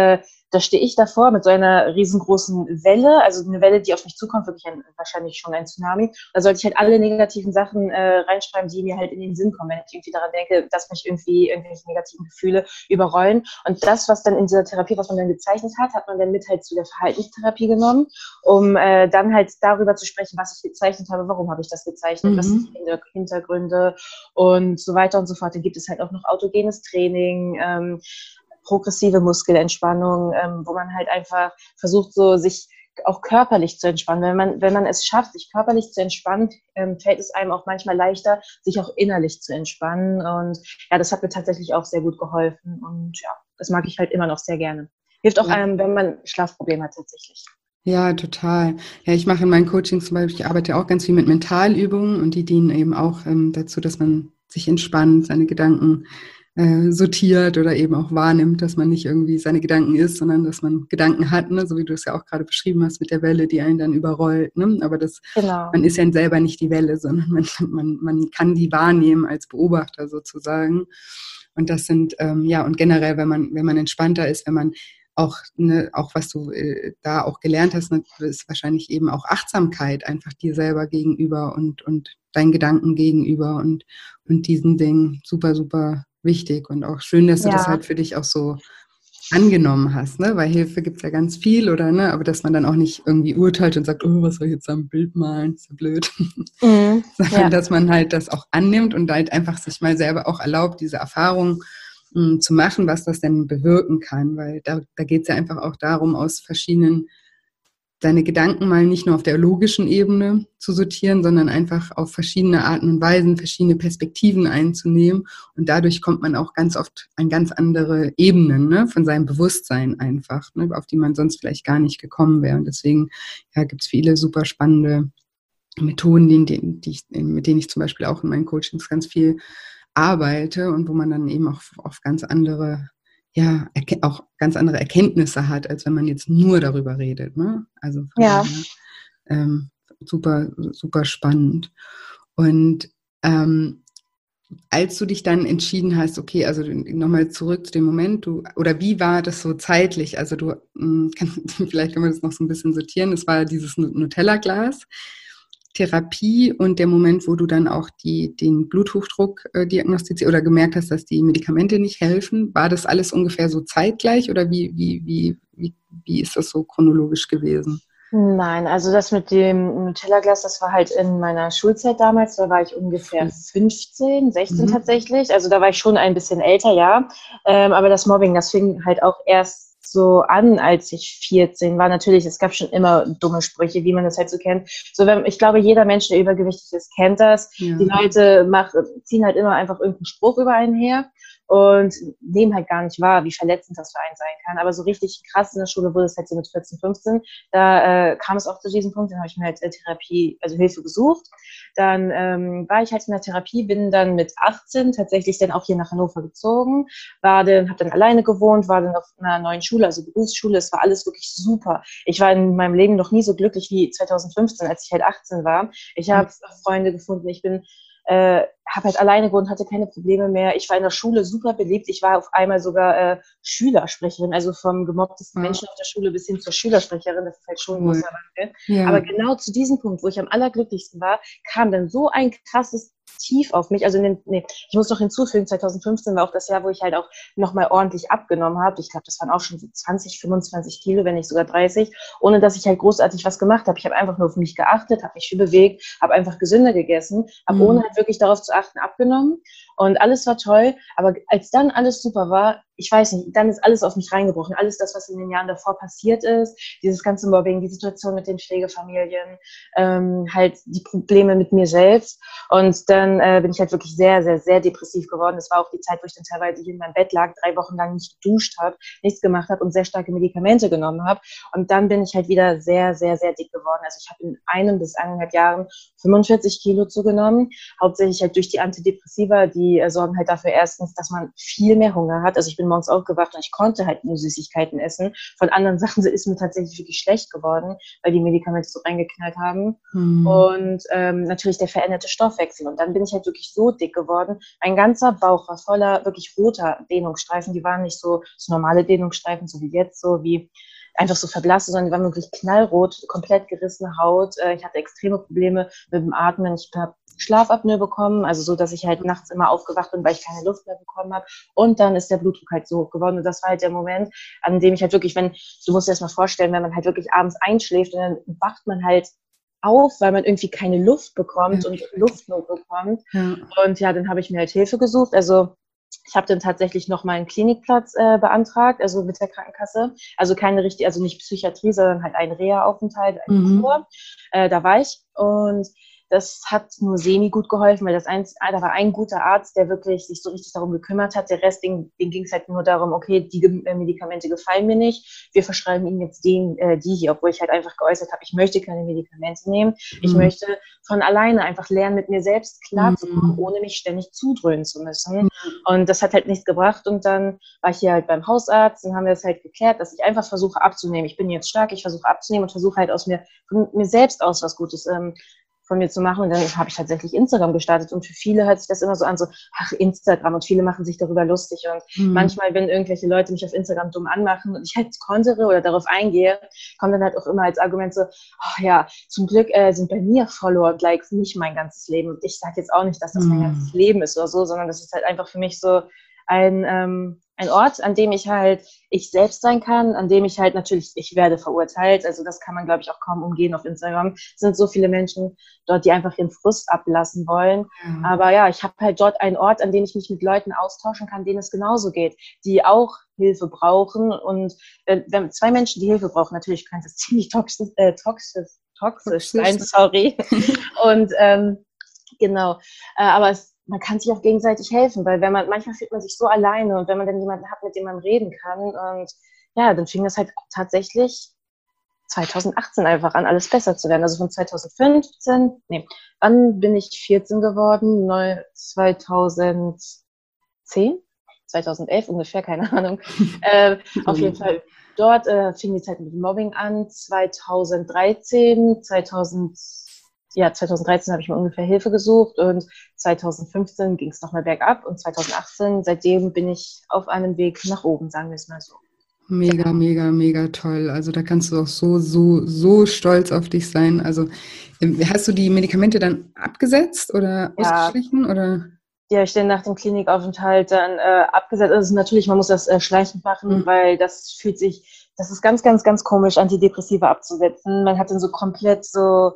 da stehe ich davor mit so einer riesengroßen Welle, also eine Welle, die auf mich zukommt, wirklich wahrscheinlich schon ein Tsunami. Da sollte ich halt alle negativen Sachen reinschreiben, die mir halt in den Sinn kommen, wenn ich irgendwie daran denke, dass mich irgendwie irgendwelche negativen Gefühle überrollen. Und das, was dann in dieser Therapie, was man dann gezeichnet hat man dann mit halt zu der Verhaltenstherapie genommen, um dann halt darüber zu sprechen, was ich gezeichnet habe, warum habe ich das gezeichnet, was sind Mhm. die Hintergründe und so weiter und so fort. Dann gibt es halt auch noch autogenes Training, progressive Muskelentspannung, wo man halt einfach versucht, so sich auch körperlich zu entspannen. Wenn man es schafft, sich körperlich zu entspannen, fällt es einem auch manchmal leichter, sich auch innerlich zu entspannen. Und ja, das hat mir tatsächlich auch sehr gut geholfen. Und ja, das mag ich halt immer noch sehr gerne. Hilft auch Ja. einem, wenn man Schlafprobleme hat tatsächlich. Ja, total. Ja, ich mache in meinen Coachings zum Beispiel, ich arbeite auch ganz viel mit Mentalübungen und die dienen eben auch dazu, dass man sich entspannt, seine Gedanken sortiert oder eben auch wahrnimmt, dass man nicht irgendwie seine Gedanken ist, sondern dass man Gedanken hat, ne? So wie du es ja auch gerade beschrieben hast mit der Welle, die einen dann überrollt. Ne? Aber man Genau. ist ja selber nicht die Welle, sondern man kann die wahrnehmen als Beobachter sozusagen. Und das sind, ja, und generell, wenn man entspannter ist, wenn man auch, ne, auch was du da auch gelernt hast, ne, ist wahrscheinlich eben auch Achtsamkeit einfach dir selber gegenüber und deinen Gedanken gegenüber und diesen Dingen super, super wichtig und auch schön, dass du das Ja. halt für dich auch so angenommen hast, ne? Weil Hilfe gibt es ja ganz viel, oder ne? Aber dass man dann auch nicht irgendwie urteilt und sagt, oh, was soll ich jetzt am Bild malen? Ist ja blöd. Mhm. Sondern Ja. dass man halt das auch annimmt und halt einfach sich mal selber auch erlaubt, diese Erfahrung zu machen, was das denn bewirken kann. Weil da geht es ja einfach auch darum, aus verschiedenen deine Gedanken mal nicht nur auf der logischen Ebene zu sortieren, sondern einfach auf verschiedene Arten und Weisen, verschiedene Perspektiven einzunehmen. Und dadurch kommt man auch ganz oft an ganz andere Ebenen, ne, von seinem Bewusstsein einfach, ne, auf die man sonst vielleicht gar nicht gekommen wäre. Und deswegen ja, gibt es viele super spannende Methoden, mit denen ich zum Beispiel auch in meinen Coachings ganz viel arbeite und wo man dann eben auch auf ganz andere, ja, auch ganz andere Erkenntnisse hat, als wenn man jetzt nur darüber redet. Ne? Also von Ja. daher super, super spannend. Und als du dich dann entschieden hast, okay, also nochmal zurück zu dem Moment, oder wie war das so zeitlich? Also vielleicht können wir das noch so ein bisschen sortieren. Es war dieses Nutella-Glas, Therapie und der Moment, wo du dann auch den Bluthochdruck diagnostiziert oder gemerkt hast, dass die Medikamente nicht helfen. War das alles ungefähr so zeitgleich oder wie ist das so chronologisch gewesen? Nein, also das mit dem Nutella-Glas, das war halt in meiner Schulzeit damals, da war ich ungefähr Früh. 15, 16 Mhm. tatsächlich. Also da war ich schon ein bisschen älter, ja. Aber das Mobbing, das fing halt auch erst so an, als ich 14 war. Natürlich, es gab schon immer dumme Sprüche, wie man das halt so kennt. So, wenn, ich glaube, jeder Mensch, der übergewichtig ist, kennt das. Die Ja. Leute ziehen halt immer einfach irgendeinen Spruch über einen her und nehmen halt gar nicht wahr, wie verletzend das für einen sein kann. Aber so richtig krass in der Schule wurde es halt so mit 14, 15. Da kam es auch zu diesem Punkt, dann habe ich mir halt Therapie, also Hilfe gesucht. Dann war ich halt in der Therapie, bin dann mit 18 tatsächlich dann auch hier nach Hannover gezogen, habe dann alleine gewohnt, war dann auf einer neuen Schule, also Berufsschule. Es war alles wirklich super. Ich war in meinem Leben noch nie so glücklich wie 2015, als ich halt 18 war. Ich habe Freunde gefunden, ich bin habe halt alleine gewohnt, hatte keine Probleme mehr. Ich war in der Schule super beliebt. Ich war auf einmal sogar Schülersprecherin, also vom gemobbtesten Wow, Menschen auf der Schule bis hin zur Schülersprecherin. Das ist halt schon ein cool. großer Wandel. Aber Ja. genau zu diesem Punkt, wo ich am allerglücklichsten war, kam dann so ein krasses Tief auf mich. Also ich muss noch hinzufügen, 2015 war auch das Jahr, wo ich halt auch nochmal ordentlich abgenommen habe. Ich glaube, das waren auch schon so 20, 25 Kilo, wenn nicht sogar 30, ohne dass ich halt großartig was gemacht habe. Ich habe einfach nur auf mich geachtet, habe mich viel bewegt, habe einfach gesünder gegessen, habe ohne Mhm. halt wirklich darauf zu achten abgenommen und alles war toll. Aber als dann alles super war, ich weiß nicht, dann ist alles auf mich reingebrochen. Alles das, was in den Jahren davor passiert ist, dieses ganze Mobbing, die Situation mit den Pflegefamilien, halt die Probleme mit mir selbst. Und dann bin ich halt wirklich sehr, sehr, sehr depressiv geworden. Das war auch die Zeit, wo ich dann teilweise hier in meinem Bett lag, 3 Wochen lang nicht geduscht habe, nichts gemacht habe und sehr starke Medikamente genommen habe. Und dann bin ich halt wieder sehr, sehr, sehr dick geworden. Also ich habe in 1 bis 1,5 Jahren 45 Kilo zugenommen, hauptsächlich halt durch die Antidepressiva, die sorgen halt dafür erstens, dass man viel mehr Hunger hat. Also ich bin morgens aufgewacht und ich konnte halt nur Süßigkeiten essen. Von anderen Sachen ist mir tatsächlich wirklich schlecht geworden, weil die Medikamente so reingeknallt haben. Mhm. Und natürlich der veränderte Stoffwechsel. Und dann bin ich halt wirklich so dick geworden. Mein ganzer Bauch war voller wirklich roter Dehnungsstreifen. Die waren nicht so normale Dehnungsstreifen, so wie jetzt, so wie einfach so verblasst, sondern die waren wirklich knallrot, komplett gerissene Haut. Ich hatte extreme Probleme mit dem Atmen. Ich habe Schlafapnoe bekommen, also so, dass ich halt nachts immer aufgewacht bin, weil ich keine Luft mehr bekommen habe. Und dann ist der Blutdruck halt so hoch geworden. Und das war halt der Moment, an dem ich halt wirklich, du musst dir das mal vorstellen, wenn man halt wirklich abends einschläft und dann wacht man halt auf, weil man irgendwie keine Luft Ja, bekommt und Luftnot bekommt. ja. Und ja, dann habe ich mir halt Hilfe gesucht. Also ich habe dann tatsächlich noch mal einen Klinikplatz beantragt, also mit der Krankenkasse. Also keine richtige, also nicht Psychiatrie, sondern halt ein Reha-Aufenthalt, eine Mhm. Kur. Da war ich und das hat nur semi gut geholfen, weil da war ein guter Arzt, der wirklich sich so richtig darum gekümmert hat. Der Rest, den ging es halt nur darum, okay, die Medikamente gefallen mir nicht. Wir verschreiben Ihnen jetzt die hier, obwohl ich halt einfach geäußert habe, ich möchte keine Medikamente nehmen. Ich Mhm. möchte von alleine einfach lernen, mit mir selbst klarzukommen, Mhm. ohne mich ständig zudröhnen zu müssen. Und das hat halt nichts gebracht. Und dann war ich hier halt beim Hausarzt und haben wir das halt geklärt, dass ich einfach versuche abzunehmen. Ich bin jetzt stark, ich versuche abzunehmen und versuche halt von mir selbst aus was Gutes von mir zu machen. Und dann habe ich tatsächlich Instagram gestartet. Und für viele hört sich das immer so an, so, ach, Instagram. Und viele machen sich darüber lustig. Und Mhm. manchmal, wenn irgendwelche Leute mich auf Instagram dumm anmachen und ich halt kontere oder darauf eingehe, kommt dann halt auch immer als Argument so, oh ja, zum Glück sind bei mir Follower und Likes nicht mein ganzes Leben. Und ich sage jetzt auch nicht, dass das mein ganzes Mhm. Leben ist oder so, sondern das ist halt einfach für mich so ein Ort, an dem ich halt ich selbst sein kann, an dem ich halt natürlich, ich werde verurteilt, also das kann man, glaube ich, auch kaum umgehen auf Instagram. Es sind so viele Menschen dort, die einfach ihren Frust ablassen wollen. Ja. Aber ja, ich habe halt dort einen Ort, an dem ich mich mit Leuten austauschen kann, denen es genauso geht, die auch Hilfe brauchen. Und wenn 2 Menschen, die Hilfe brauchen, natürlich kann das ziemlich toxisch Toxisch. sein, sorry. Und genau. Man kann sich auch gegenseitig helfen, weil manchmal fühlt man sich so alleine und wenn man dann jemanden hat, mit dem man reden kann und ja, dann fing das halt tatsächlich 2018 einfach an, alles besser zu werden. Also von 2015, nee, wann bin ich 14 geworden? 2010, 2011 ungefähr, keine Ahnung. Auf jeden Fall dort fing die Zeit mit dem Mobbing an. 2013 habe ich mir ungefähr Hilfe gesucht und 2015 ging es nochmal bergab und 2018, seitdem bin ich auf einem Weg nach oben, sagen wir es mal so. Mega, Genau. mega, mega toll. Also da kannst du auch so, so, so stolz auf dich sein. Also hast du die Medikamente dann abgesetzt oder Ja, ausgeschlichen oder? Die habe ich dann nach dem Klinikaufenthalt dann abgesetzt. Also natürlich, man muss das schleichend machen, Mhm. weil das ist ganz, ganz, ganz komisch, Antidepressiva abzusetzen. Man hat dann so komplett so,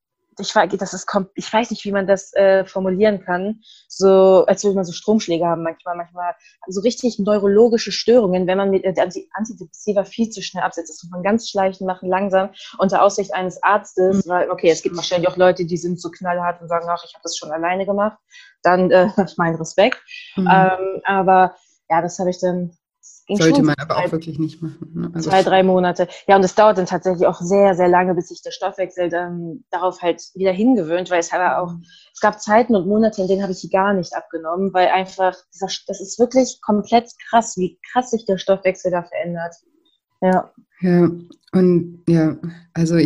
ich weiß nicht, wie man das formulieren kann, so als würde man so Stromschläge haben manchmal so richtig neurologische Störungen, wenn man mit Antidepressiva viel zu schnell absetzt. Das muss man ganz schleichend machen, langsam, unter Aussicht eines Arztes, weil, okay, es gibt wahrscheinlich auch Leute, die sind so knallhart und sagen, ach, ich habe das schon alleine gemacht, dann mein Respekt. Mhm. Aber ja, das habe ich dann, das ging Sollte schon so man aber auch wirklich nicht machen. Ne? Also, 2, 3 Monate. Ja, und es dauert dann tatsächlich auch sehr, sehr lange, bis sich der Stoffwechsel dann darauf halt wieder hingewöhnt, weil es gab Zeiten und Monate, in denen habe ich sie gar nicht abgenommen, weil einfach, das ist wirklich komplett krass, wie krass sich der Stoffwechsel da verändert. Ja. ja, und ja, also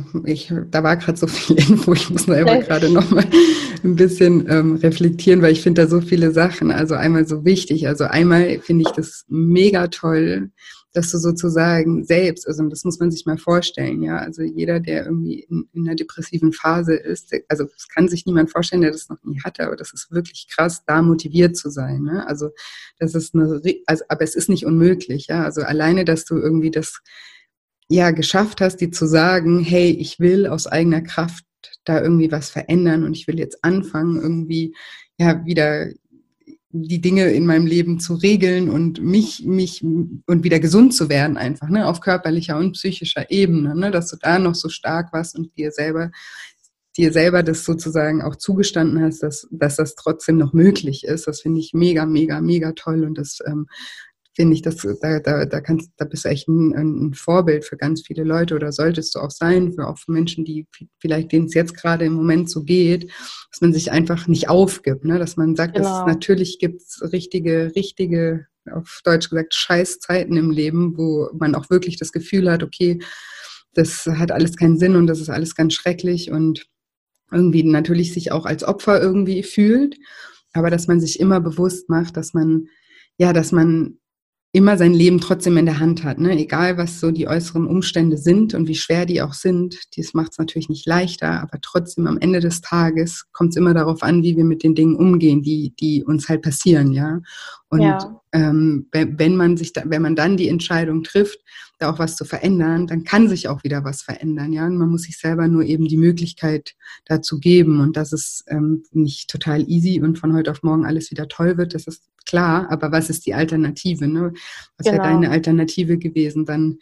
da war gerade so viel Info, ich muss nur einfach gerade nochmal ein bisschen reflektieren, weil ich finde da so viele Sachen, also einmal so wichtig, also einmal finde ich das mega toll, dass du sozusagen selbst, also das muss man sich mal vorstellen, ja, also jeder, der irgendwie in einer depressiven Phase ist, also das kann sich niemand vorstellen, der das noch nie hatte, aber das ist wirklich krass, da motiviert zu sein, ne? Also das ist aber es ist nicht unmöglich, ja, also alleine, dass du irgendwie das ja geschafft hast, dir zu sagen, hey, ich will aus eigener Kraft da irgendwie was verändern und ich will jetzt anfangen, irgendwie ja wieder die Dinge in meinem Leben zu regeln und mich und wieder gesund zu werden einfach, ne, auf körperlicher und psychischer Ebene, ne, dass du da noch so stark warst und dir selber das sozusagen auch zugestanden hast, dass das trotzdem noch möglich ist. Das finde ich mega, mega, mega toll und das finde ich, da bist du echt ein Vorbild für ganz viele Leute oder solltest du auch sein, auch für Menschen, die vielleicht, denen es jetzt gerade im Moment so geht, dass man sich einfach nicht aufgibt, ne? Dass man sagt, dass es Genau. natürlich gibt richtige, auf Deutsch gesagt, Scheißzeiten im Leben, wo man auch wirklich das Gefühl hat, okay, das hat alles keinen Sinn und das ist alles ganz schrecklich und irgendwie natürlich sich auch als Opfer irgendwie fühlt, aber dass man sich immer bewusst macht, dass man immer sein Leben trotzdem in der Hand hat, ne? Egal was so die äußeren Umstände sind und wie schwer die auch sind, das macht es natürlich nicht leichter, aber trotzdem am Ende des Tages kommt es immer darauf an, wie wir mit den Dingen umgehen, die uns halt passieren, ja. Und Ja, wenn man dann die Entscheidung trifft, da auch was zu verändern, dann kann sich auch wieder was verändern, ja. Und man muss sich selber nur eben die Möglichkeit dazu geben. Und dass es nicht total easy und von heute auf morgen alles wieder toll wird, das ist klar. Aber was ist die Alternative, ne? Was wäre deine genau. Alternative gewesen, dann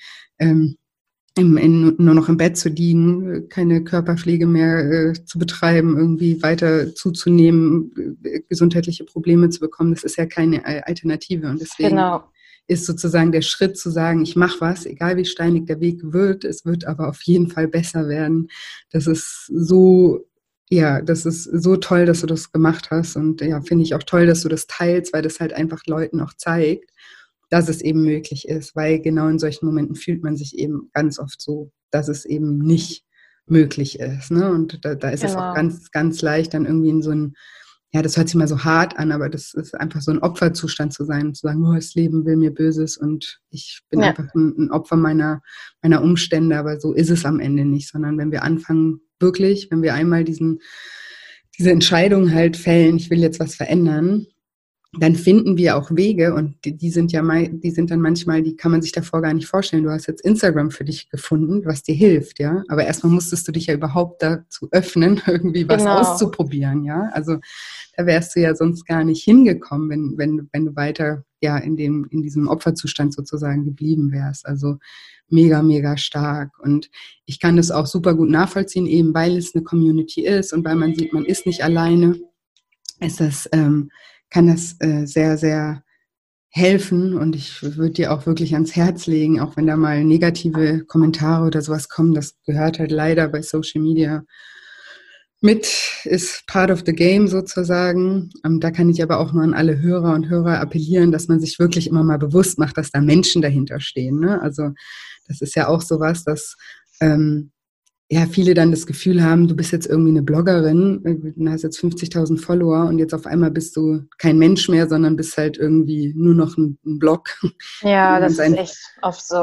nur noch im Bett zu liegen, keine Körperpflege mehr zu betreiben, irgendwie weiter zuzunehmen, gesundheitliche Probleme zu bekommen? Das ist ja keine Alternative. Und deswegen Genau. ist sozusagen der Schritt zu sagen, ich mache was, egal wie steinig der Weg wird, es wird aber auf jeden Fall besser werden. Das ist so, ja, das ist so toll, dass du das gemacht hast und ja, finde ich auch toll, dass du das teilst, weil das halt einfach Leuten auch zeigt, dass es eben möglich ist, weil genau in solchen Momenten fühlt man sich eben ganz oft so, dass es eben nicht möglich ist. Ne? Und da ist es auch Genau. ganz, ganz leicht, dann irgendwie in so ein, ja, das hört sich mal so hart an, aber das ist einfach so ein Opferzustand zu sein und zu sagen, oh, das Leben will mir Böses und ich bin Ja, einfach ein Opfer meiner Umstände, aber so ist es am Ende nicht, sondern wenn wir anfangen, wirklich, wenn wir einmal diese Entscheidung halt fällen, ich will jetzt was verändern, dann finden wir auch Wege und die sind die sind dann manchmal, die kann man sich davor gar nicht vorstellen. Du hast jetzt Instagram für dich gefunden, was dir hilft, ja. Aber erstmal musstest du dich ja überhaupt dazu öffnen, irgendwie was genau. auszuprobieren, ja. Also da wärst du ja sonst gar nicht hingekommen, wenn du weiter ja in diesem Opferzustand sozusagen geblieben wärst. Also mega, mega stark. Und ich kann das auch super gut nachvollziehen, eben weil es eine Community ist und weil man sieht, man ist nicht alleine, ist das kann das sehr, sehr helfen und ich würde dir auch wirklich ans Herz legen, auch wenn da mal negative Kommentare oder sowas kommen, das gehört halt leider bei Social Media mit, ist part of the game sozusagen. Da kann ich aber auch nur an alle Hörer und Hörer appellieren, dass man sich wirklich immer mal bewusst macht, dass da Menschen dahinter stehen. Ne? Also das ist ja auch sowas, dass ja, viele dann das Gefühl haben, du bist jetzt irgendwie eine Bloggerin, du hast jetzt 50.000 Follower und jetzt auf einmal bist du kein Mensch mehr, sondern bist halt irgendwie nur noch ein Blog, Ja, wo man das ist sein echt oft so.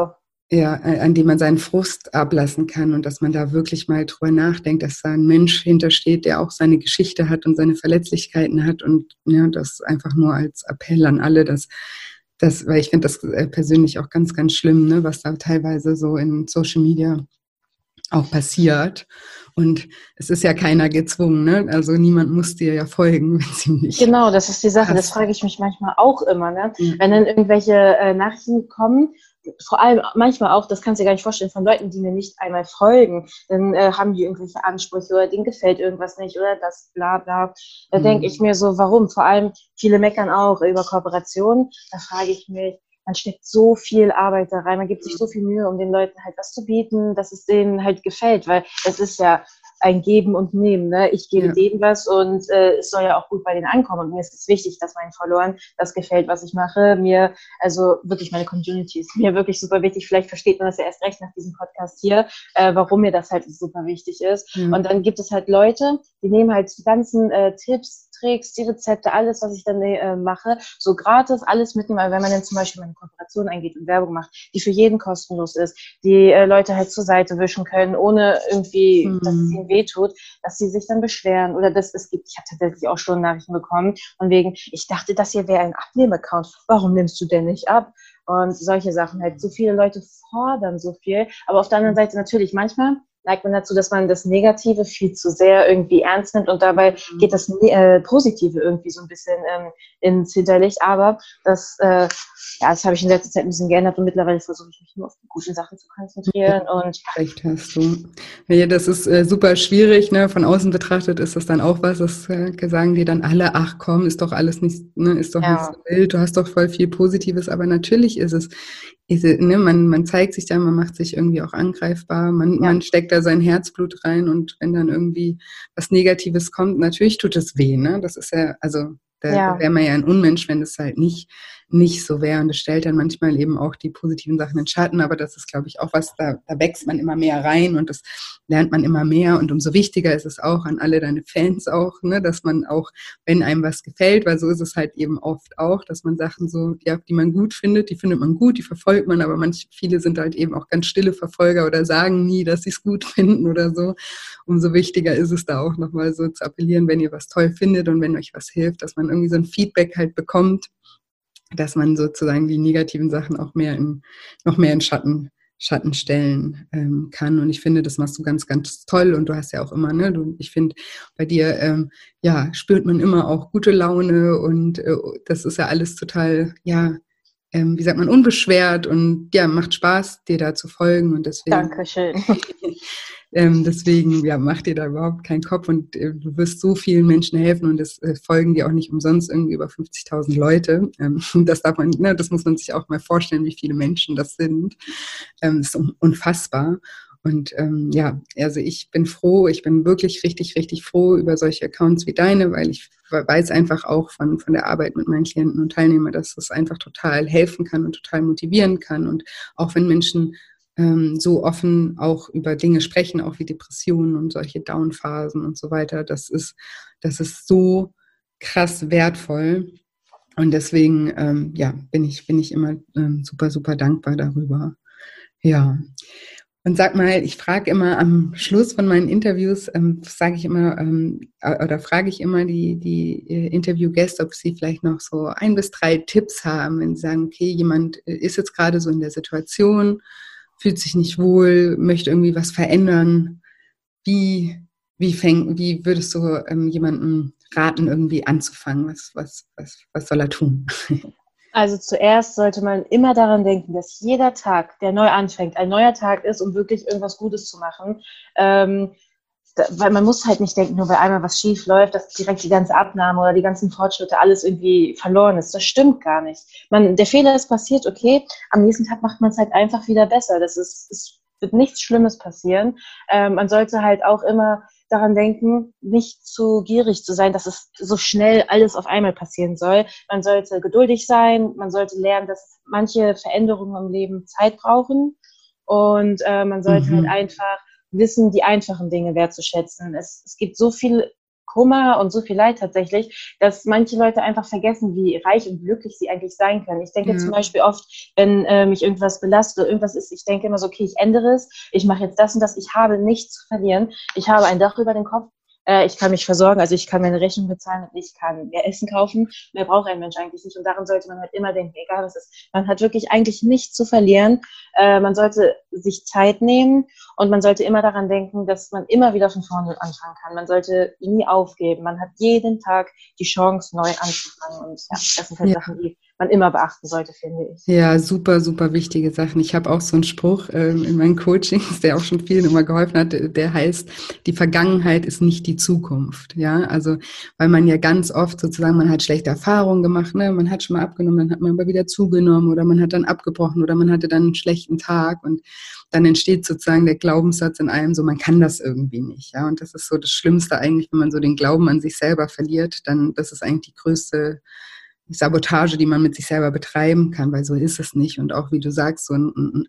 ja, an dem man seinen Frust ablassen kann und dass man da wirklich mal drüber nachdenkt, dass da ein Mensch hintersteht, der auch seine Geschichte hat und seine Verletzlichkeiten hat und ja, das einfach nur als Appell an alle, weil ich finde das persönlich auch ganz, ganz schlimm, ne, was da teilweise so in Social Media auch passiert. Und es ist ja keiner gezwungen, ne? Also niemand muss dir ja folgen, wenn sie nicht Genau, das ist die Sache. Das passt. frage ich mich manchmal auch immer, ne? Ja. Wenn dann irgendwelche Nachrichten kommen, vor allem manchmal auch, das kannst du dir gar nicht vorstellen, von Leuten, die mir nicht einmal folgen, dann haben die irgendwelche Ansprüche oder denen gefällt irgendwas nicht oder das bla bla. Da denke ich mir so, warum? Vor allem viele meckern auch über Kooperationen. Da frage ich mich, man steckt so viel Arbeit da rein, man gibt sich so viel Mühe, um den Leuten halt was zu bieten, dass es denen halt gefällt, weil es ist ja ein Geben und Nehmen. Ne? Ich gebe Ja. denen was und es soll ja auch gut bei denen ankommen. Und mir ist es wichtig, dass meinen Followern das gefällt, was ich mache. Mir, also wirklich meine Community ist mir wirklich super wichtig. Vielleicht versteht man das ja erst recht nach diesem Podcast hier, warum mir das halt super wichtig ist. Ja. Und dann gibt es halt Leute, die nehmen halt die ganzen Tipps, Tricks, die Rezepte, alles, was ich dann mache, so gratis, alles mitnehmen. Aber wenn man dann zum Beispiel eine Kooperation eingeht und Werbung macht, die für jeden kostenlos ist, die Leute halt zur Seite wischen können, ohne irgendwie, dass es ihnen wehtut, dass sie sich dann beschweren oder dass es gibt, ich habe tatsächlich auch schon Nachrichten bekommen, von wegen, ich dachte, das hier wäre ein Abnehmaccount, warum nimmst du denn nicht ab? Und solche Sachen halt, so viele Leute fordern so viel, aber auf der anderen Seite natürlich manchmal neigt man dazu, dass man das Negative viel zu sehr irgendwie ernst nimmt und dabei geht das Positive irgendwie so ein bisschen ins Hinterlicht. Aber das, das habe ich in letzter Zeit ein bisschen geändert und mittlerweile versuche ich mich nur auf die guten Sachen zu konzentrieren. Und Recht hast du. Ja, das ist super schwierig, ne? Von außen betrachtet ist das dann auch was, das sagen die dann alle, ach komm, ist doch alles nicht, ne, ist doch nicht so wild, du hast doch voll viel Positives, aber natürlich ne, man zeigt sich da, man macht sich irgendwie auch angreifbar, man steckt da sein Herzblut rein und wenn dann irgendwie was Negatives kommt, natürlich tut es weh, ne? Das ist ja, also da wäre man ja ein Unmensch, wenn es halt nicht so wäre. Und das stellt dann manchmal eben auch die positiven Sachen in Schatten. Aber das ist, glaube ich, auch was, da wächst man immer mehr rein und das lernt man immer mehr. Und umso wichtiger ist es auch an alle deine Fans auch, ne, dass man auch, wenn einem was gefällt, weil so ist es halt eben oft auch, dass man Sachen so, ja, die man gut findet, die findet man gut, die verfolgt man, aber viele sind halt eben auch ganz stille Verfolger oder sagen nie, dass sie es gut finden oder so. Umso wichtiger ist es da auch nochmal so zu appellieren, wenn ihr was toll findet und wenn euch was hilft, dass man irgendwie so ein Feedback halt bekommt, dass man sozusagen die negativen Sachen auch noch mehr in Schatten stellen kann. Und ich finde, das machst du ganz, ganz toll. Und du hast ja auch immer, ne, ich finde, bei dir, spürt man immer auch gute Laune und das ist ja alles total, wie sagt man, unbeschwert und ja, macht Spaß, dir da zu folgen und deswegen. Dankeschön. Deswegen, mach dir da überhaupt keinen Kopf und du wirst so vielen Menschen helfen und es folgen dir auch nicht umsonst irgendwie über 50.000 Leute. Das darf man, ne, das muss man sich auch mal vorstellen, wie viele Menschen das sind. Das ist unfassbar. Und also ich bin wirklich richtig, richtig froh über solche Accounts wie deine, weil ich weiß einfach auch von der Arbeit mit meinen Klienten und Teilnehmern, dass das einfach total helfen kann und total motivieren kann. Und auch wenn Menschen so offen auch über Dinge sprechen, auch wie Depressionen und solche Downphasen und so weiter, das ist so krass wertvoll. Und deswegen, bin ich immer super, super dankbar darüber. Ja. Und sag mal, ich frage immer am Schluss von meinen Interviews, frage ich immer die Interviewgäste, ob sie vielleicht noch so 1 bis 3 Tipps haben, wenn sie sagen, okay, jemand ist jetzt gerade so in der Situation, fühlt sich nicht wohl, möchte irgendwie was verändern. Wie würdest du jemandem raten, irgendwie anzufangen? Was soll er tun? Also zuerst sollte man immer daran denken, dass jeder Tag, der neu anfängt, ein neuer Tag ist, um wirklich irgendwas Gutes zu machen. Weil man muss halt nicht denken, nur weil einmal was schief läuft, dass direkt die ganze Abnahme oder die ganzen Fortschritte alles irgendwie verloren ist. Das stimmt gar nicht. Der Fehler ist passiert, okay, am nächsten Tag macht man es halt einfach wieder besser. Es wird nichts Schlimmes passieren. Man sollte halt auch immer daran denken, nicht zu gierig zu sein, dass es so schnell alles auf einmal passieren soll. Man sollte geduldig sein, man sollte lernen, dass manche Veränderungen im Leben Zeit brauchen und man sollte halt einfach wissen, die einfachen Dinge wertzuschätzen. Es gibt so viel Kummer und so viel Leid tatsächlich, dass manche Leute einfach vergessen, wie reich und glücklich sie eigentlich sein können. Ich denke zum Ja. Beispiel oft, wenn mich irgendwas belastet oder irgendwas ist, ich denke immer so, okay, ich ändere es, ich mache jetzt das und das, ich habe nichts zu verlieren, ich habe ein Dach über den Kopf, ich kann mich versorgen, also ich kann meine Rechnung bezahlen und ich kann mehr Essen kaufen. Mehr braucht ein Mensch eigentlich nicht. Und daran sollte man halt immer denken, egal was ist. Man hat wirklich eigentlich nichts zu verlieren. Man sollte sich Zeit nehmen und man sollte immer daran denken, dass man immer wieder von vorne anfangen kann. Man sollte nie aufgeben. Man hat jeden Tag die Chance, neu anzufangen. Und ja, das sind halt Ja. Sachen, die man immer beachten sollte, finde ich. Ja, super, super wichtige Sachen. Ich habe auch so einen Spruch in meinen Coachings, der auch schon vielen immer geholfen hat, der heißt, die Vergangenheit ist nicht die Zukunft. Ja, also, weil man ja ganz oft sozusagen, man hat schlechte Erfahrungen gemacht, ne? Man hat schon mal abgenommen, dann hat man aber wieder zugenommen oder man hat dann abgebrochen oder man hatte dann einen schlechten Tag und dann entsteht sozusagen der Glaubenssatz in einem so, man kann das irgendwie nicht. Ja, und das ist so das Schlimmste eigentlich, wenn man so den Glauben an sich selber verliert, dann, das ist eigentlich die größte Sabotage, die man mit sich selber betreiben kann, weil so ist es nicht. Und auch wie du sagst, so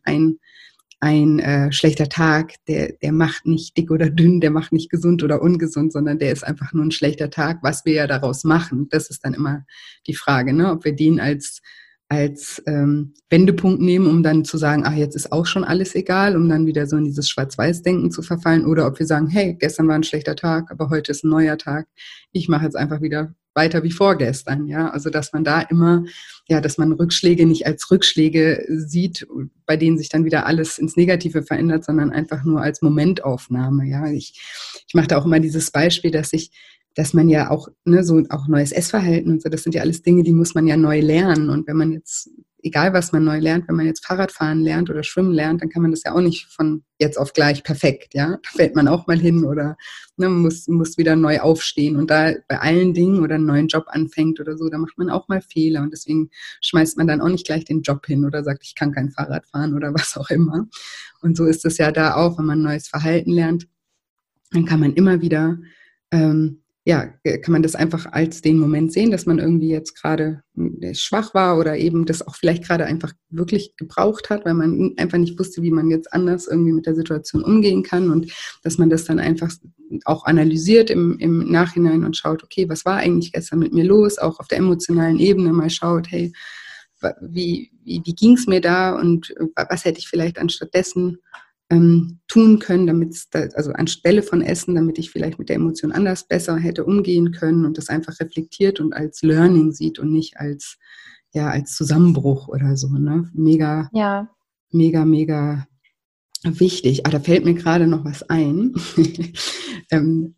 ein schlechter Tag, der macht nicht dick oder dünn, der macht nicht gesund oder ungesund, sondern der ist einfach nur ein schlechter Tag. Was wir ja daraus machen, das ist dann immer die Frage, ne? Ob wir den als Wendepunkt nehmen, um dann zu sagen, ach, jetzt ist auch schon alles egal, um dann wieder so in dieses Schwarz-Weiß-Denken zu verfallen, oder ob wir sagen, hey, gestern war ein schlechter Tag, aber heute ist ein neuer Tag. Ich mache jetzt einfach wieder weiter wie vorgestern, ja. Also, dass man da immer, ja, dass man Rückschläge nicht als Rückschläge sieht, bei denen sich dann wieder alles ins Negative verändert, sondern einfach nur als Momentaufnahme, ja. Ich mache da auch immer dieses Beispiel, dass man ja auch, ne, so auch neues Essverhalten und so, das sind ja alles Dinge, die muss man ja neu lernen. Und wenn man jetzt, egal was man neu lernt, wenn man jetzt Fahrradfahren lernt oder Schwimmen lernt, dann kann man das ja auch nicht von jetzt auf gleich perfekt, ja. Da fällt man auch mal hin oder ne, muss wieder neu aufstehen. Und da bei allen Dingen oder einen neuen Job anfängt oder so, da macht man auch mal Fehler. Und deswegen schmeißt man dann auch nicht gleich den Job hin oder sagt, ich kann kein Fahrrad fahren oder was auch immer. Und so ist es ja da auch, wenn man ein neues Verhalten lernt, dann kann man immer wieder ja, kann man das einfach als den Moment sehen, dass man irgendwie jetzt gerade schwach war oder eben das auch vielleicht gerade einfach wirklich gebraucht hat, weil man einfach nicht wusste, wie man jetzt anders irgendwie mit der Situation umgehen kann, und dass man das dann einfach auch analysiert im Nachhinein und schaut, okay, was war eigentlich gestern mit mir los, auch auf der emotionalen Ebene mal schaut, hey, wie ging es mir da und was hätte ich vielleicht anstattdessen tun können, damit es, also anstelle von Essen, damit ich vielleicht mit der Emotion anders besser hätte umgehen können und das einfach reflektiert und als Learning sieht und nicht als, ja, als Zusammenbruch oder so, ne? Mega, Ja. mega, mega wichtig. Da fällt mir gerade noch was ein. ähm,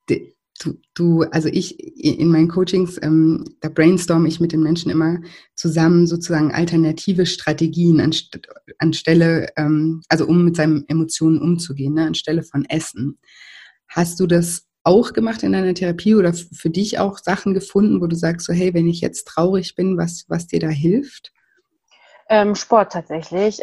also ich in meinen Coachings, da brainstorme ich mit den Menschen immer zusammen sozusagen alternative Strategien anstelle, also um mit seinen Emotionen umzugehen, ne, anstelle von Essen. Hast du das auch gemacht in deiner Therapie oder für dich auch Sachen gefunden, wo du sagst so, hey, wenn ich jetzt traurig bin, was dir da hilft? Sport tatsächlich.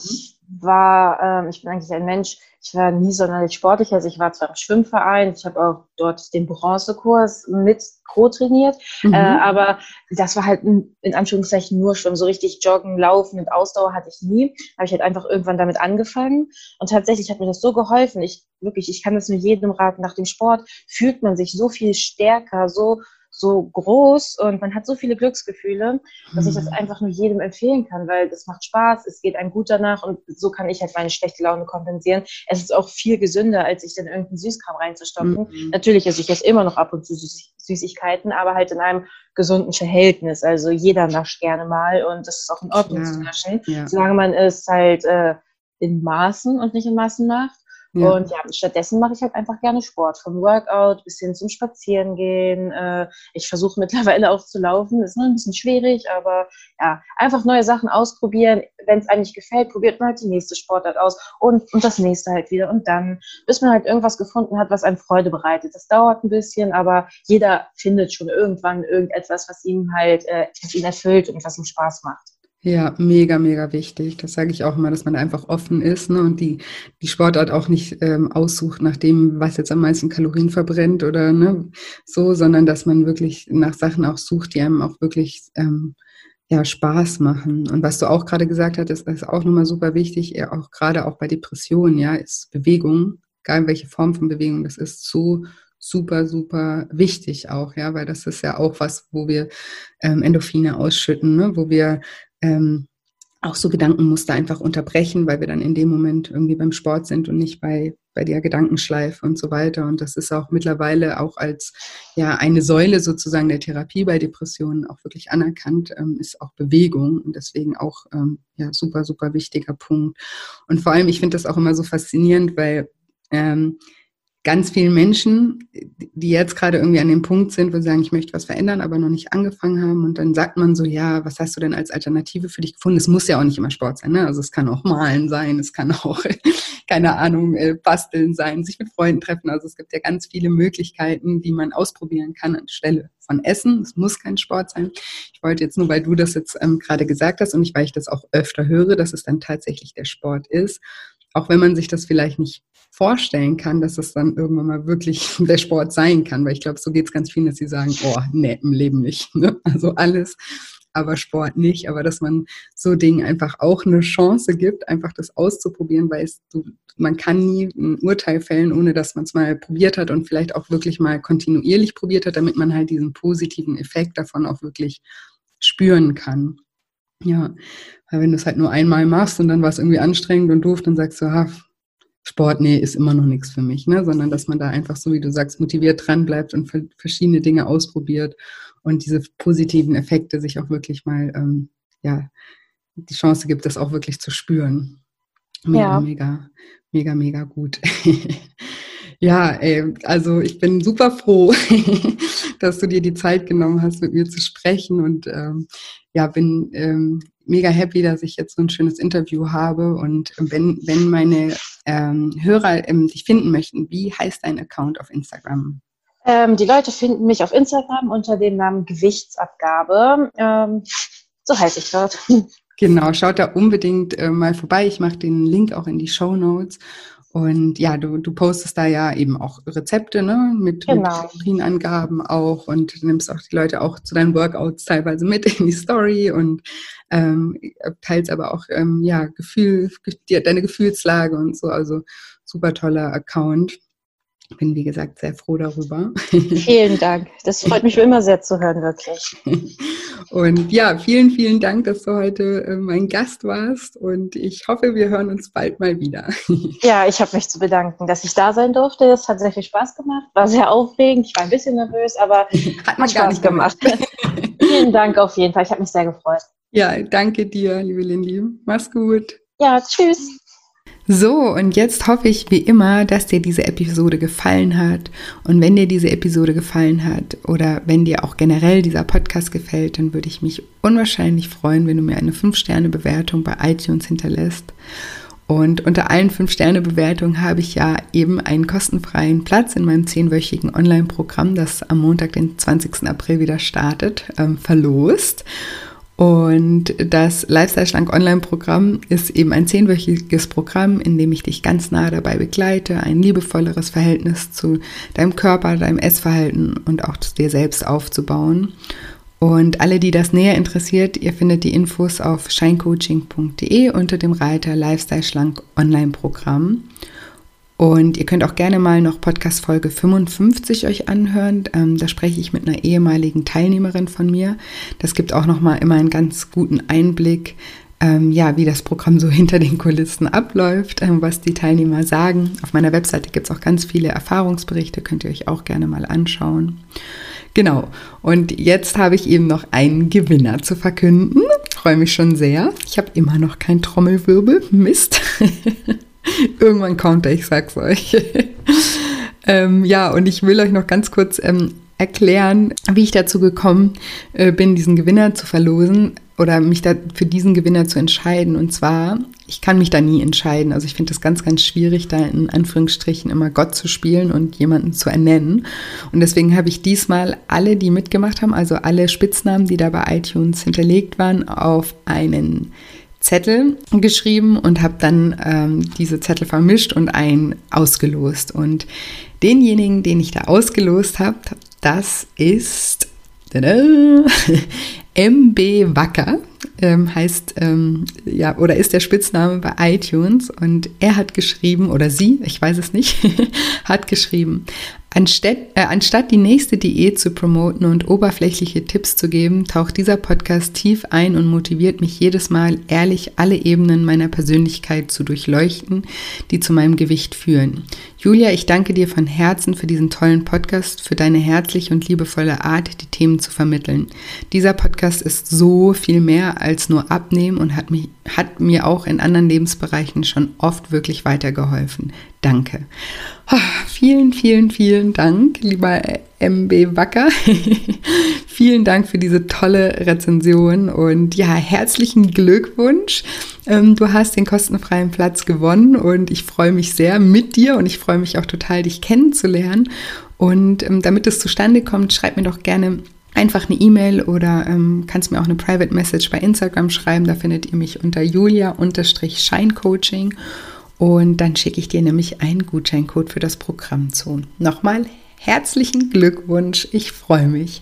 Ich bin eigentlich ein Mensch, ich war nie sonderlich sportlich, also ich war zwar im Schwimmverein, ich habe auch dort den Bronzekurs mit co-trainiert, aber das war halt in Anführungszeichen nur Schwimmen, so richtig Joggen, Laufen und Ausdauer hatte ich nie, habe ich halt einfach irgendwann damit angefangen und tatsächlich hat mir das so geholfen, ich kann das nur jedem raten, nach dem Sport fühlt man sich so viel stärker, so groß und man hat so viele Glücksgefühle, dass ich das einfach nur jedem empfehlen kann, weil das macht Spaß, es geht einem gut danach und so kann ich halt meine schlechte Laune kompensieren. Es ist auch viel gesünder, als sich dann irgendeinen Süßkram reinzustopfen. Natürlich esse ich jetzt immer noch ab und zu Süßigkeiten, aber halt in einem gesunden Verhältnis. Also jeder nascht gerne mal und das ist auch in Ordnung zu naschen, solange man es halt in Maßen und nicht in Massen macht. Ja. Und ja, stattdessen mache ich halt einfach gerne Sport. Vom Workout bis hin zum Spazierengehen. Ich versuche mittlerweile auch zu laufen. Ist nur ein bisschen schwierig, aber ja, einfach neue Sachen ausprobieren. Wenn es einem nicht gefällt, probiert man halt die nächste Sportart aus und das nächste halt wieder. Und dann, bis man halt irgendwas gefunden hat, was einem Freude bereitet. Das dauert ein bisschen, aber jeder findet schon irgendwann irgendetwas, was ihm halt, was ihn erfüllt und was ihm Spaß macht. Ja, mega, mega wichtig. Das sage ich auch immer, dass man einfach offen ist, ne, und die Sportart auch nicht aussucht nach dem, was jetzt am meisten Kalorien verbrennt oder ne, so, sondern dass man wirklich nach Sachen auch sucht, die einem auch wirklich ja, Spaß machen. Und was du auch gerade gesagt hattest, ist auch nochmal super wichtig, ja, auch gerade auch bei Depressionen, ja, ist Bewegung, egal welche Form von Bewegung das ist, so super, super wichtig auch, ja, weil das ist ja auch was, wo wir Endorphine ausschütten, ne? Wo wir auch so Gedankenmuster einfach unterbrechen, weil wir dann in dem Moment irgendwie beim Sport sind und nicht bei der Gedankenschleife und so weiter. Und das ist auch mittlerweile auch als ja eine Säule sozusagen der Therapie bei Depressionen auch wirklich anerkannt, ist auch Bewegung und deswegen auch ja super, super wichtiger Punkt. Und vor allem, ich finde das auch immer so faszinierend, weil ganz vielen Menschen, die jetzt gerade irgendwie an dem Punkt sind, wo sie sagen, ich möchte was verändern, aber noch nicht angefangen haben. Und dann sagt man so, ja, was hast du denn als Alternative für dich gefunden? Es muss ja auch nicht immer Sport sein, ne? Also es kann auch Malen sein, es kann auch, keine Ahnung, basteln sein, sich mit Freunden treffen. Also es gibt ja ganz viele Möglichkeiten, die man ausprobieren kann anstelle von Essen. Es muss kein Sport sein. Ich wollte jetzt nur, weil du das jetzt gerade gesagt hast und weil ich das auch öfter höre, dass es dann tatsächlich der Sport ist. Auch wenn man sich das vielleicht nicht vorstellen kann, dass es dann irgendwann mal wirklich der Sport sein kann, weil ich glaube, so geht es ganz vielen, dass sie sagen, oh, nee, im Leben nicht, ne? Also alles, aber Sport nicht, aber dass man so Dingen einfach auch eine Chance gibt, einfach das auszuprobieren, weil man kann nie ein Urteil fällen, ohne dass man es mal probiert hat und vielleicht auch wirklich mal kontinuierlich probiert hat, damit man halt diesen positiven Effekt davon auch wirklich spüren kann. Ja, weil wenn du es halt nur einmal machst und dann war es irgendwie anstrengend und doof, dann sagst du, Sport, nee, ist immer noch nichts für mich, ne? Sondern dass man da einfach, so wie du sagst, motiviert dran bleibt und verschiedene Dinge ausprobiert und diese positiven Effekte sich auch wirklich mal, ja, die Chance gibt, das auch wirklich zu spüren. Mega, mega, mega, mega gut. Ja, also ich bin super froh, dass du dir die Zeit genommen hast, mit mir zu sprechen und ja, bin mega happy, dass ich jetzt so ein schönes Interview habe und wenn meine Hörer dich finden möchten, wie heißt dein Account auf Instagram? Die Leute finden mich auf Instagram unter dem Namen Gewichtsabgabe. So heiße ich dort. Genau, schaut da unbedingt mal vorbei. Ich mache den Link auch in die Shownotes. Und ja, du postest da ja eben auch Rezepte, ne? Mit Kalorienangaben auch und nimmst auch die Leute auch zu deinen Workouts teilweise mit in die Story und teilst aber auch ja, deine Gefühlslage und so. Also super toller Account. Bin, wie gesagt, sehr froh darüber. Vielen Dank. Das freut mich immer sehr zu hören, wirklich. Und ja, vielen, vielen Dank, dass du heute mein Gast warst. Und ich hoffe, wir hören uns bald mal wieder. Ja, ich habe mich zu bedanken, dass ich da sein durfte. Es hat sehr viel Spaß gemacht. War sehr aufregend. Ich war ein bisschen nervös, aber hat Spaß gemacht. Vielen Dank auf jeden Fall. Ich habe mich sehr gefreut. Ja, danke dir, liebe Lindy. Mach's gut. Ja, tschüss. So, und jetzt hoffe ich wie immer, dass dir diese Episode gefallen hat. Und wenn dir diese Episode gefallen hat oder wenn dir auch generell dieser Podcast gefällt, dann würde ich mich unwahrscheinlich freuen, wenn du mir eine 5-Sterne-Bewertung bei iTunes hinterlässt. Und unter allen 5-Sterne-Bewertungen habe ich ja eben einen kostenfreien Platz in meinem 10-wöchigen Online-Programm, das am Montag, den 20. April wieder startet, verlost. Und das Lifestyle Schlank Online-Programm ist eben ein 10-wöchiges Programm, in dem ich dich ganz nah dabei begleite, ein liebevolleres Verhältnis zu deinem Körper, deinem Essverhalten und auch zu dir selbst aufzubauen. Und alle, die das näher interessiert, ihr findet die Infos auf shinecoaching.de unter dem Reiter Lifestyle Schlank Online-Programm. Und ihr könnt auch gerne mal noch Podcast-Folge 55 euch anhören. Da spreche ich mit einer ehemaligen Teilnehmerin von mir. Das gibt auch noch mal immer einen ganz guten Einblick, ja, wie das Programm so hinter den Kulissen abläuft, was die Teilnehmer sagen. Auf meiner Webseite gibt es auch ganz viele Erfahrungsberichte, könnt ihr euch auch gerne mal anschauen. Genau, und jetzt habe ich eben noch einen Gewinner zu verkünden. Ich freue mich schon sehr. Ich habe immer noch keinen Trommelwirbel. Mist. Irgendwann kommt er, ich sag's euch. Ja, und ich will euch noch ganz kurz erklären, wie ich dazu gekommen bin, diesen Gewinner zu verlosen oder mich da für diesen Gewinner zu entscheiden. Und zwar, ich kann mich da nie entscheiden. Also ich finde das ganz, ganz schwierig, da in Anführungsstrichen immer Gott zu spielen und jemanden zu ernennen. Und deswegen habe ich diesmal alle, die mitgemacht haben, also alle Spitznamen, die da bei iTunes hinterlegt waren, auf einen Zettel geschrieben und habe dann diese Zettel vermischt und einen ausgelost. Und denjenigen, den ich da ausgelost habe, das ist MB Wacker, heißt, ja, oder ist der Spitzname bei iTunes. Und er hat geschrieben, oder sie, ich weiß es nicht, hat geschrieben: Anstatt die nächste Diät zu promoten und oberflächliche Tipps zu geben, taucht dieser Podcast tief ein und motiviert mich jedes Mal, ehrlich alle Ebenen meiner Persönlichkeit zu durchleuchten, die zu meinem Gewicht führen. Julia, ich danke dir von Herzen für diesen tollen Podcast, für deine herzliche und liebevolle Art, die Themen zu vermitteln. Dieser Podcast ist so viel mehr als nur Abnehmen und hat mir auch in anderen Lebensbereichen schon oft wirklich weitergeholfen. Danke. Vielen, vielen, vielen Dank, lieber MB Wacker. Vielen Dank für diese tolle Rezension und ja, herzlichen Glückwunsch. Du hast den kostenfreien Platz gewonnen und ich freue mich sehr mit dir und ich freue mich auch total, dich kennenzulernen. Und damit es zustande kommt, schreib mir doch gerne einfach eine E-Mail oder kannst mir auch eine Private Message bei Instagram schreiben. Da findet ihr mich unter Julia_Scheincoaching. Und dann schicke ich dir nämlich einen Gutscheincode für das Programm zu. Nochmal herzlichen Glückwunsch, ich freue mich.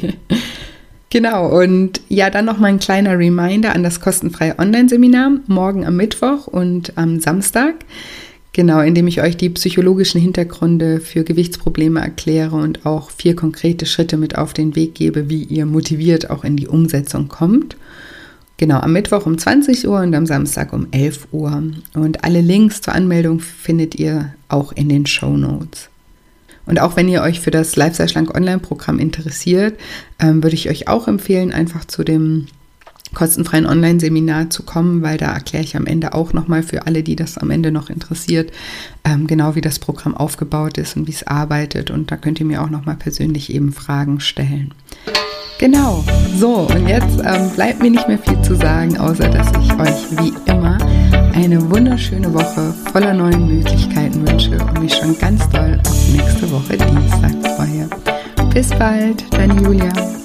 Genau, und ja, dann nochmal ein kleiner Reminder an das kostenfreie Online-Seminar morgen am Mittwoch und am Samstag. Genau, indem ich euch die psychologischen Hintergründe für Gewichtsprobleme erkläre und auch 4 konkrete Schritte mit auf den Weg gebe, wie ihr motiviert auch in die Umsetzung kommt. Genau, am Mittwoch um 20 Uhr und am Samstag um 11 Uhr. Und alle Links zur Anmeldung findet ihr auch in den Shownotes. Und auch wenn ihr euch für das Lifestyle Schlank Online-Programm interessiert, würde ich euch auch empfehlen, einfach zu dem kostenfreien Online-Seminar zu kommen, weil da erkläre ich am Ende auch nochmal für alle, die das am Ende noch interessiert, genau wie das Programm aufgebaut ist und wie es arbeitet. Und da könnt ihr mir auch nochmal persönlich eben Fragen stellen. Genau, so und jetzt bleibt mir nicht mehr viel zu sagen, außer dass ich euch wie immer eine wunderschöne Woche voller neuen Möglichkeiten wünsche und mich schon ganz doll auf nächste Woche Dienstag freue. Bis bald, deine Julia.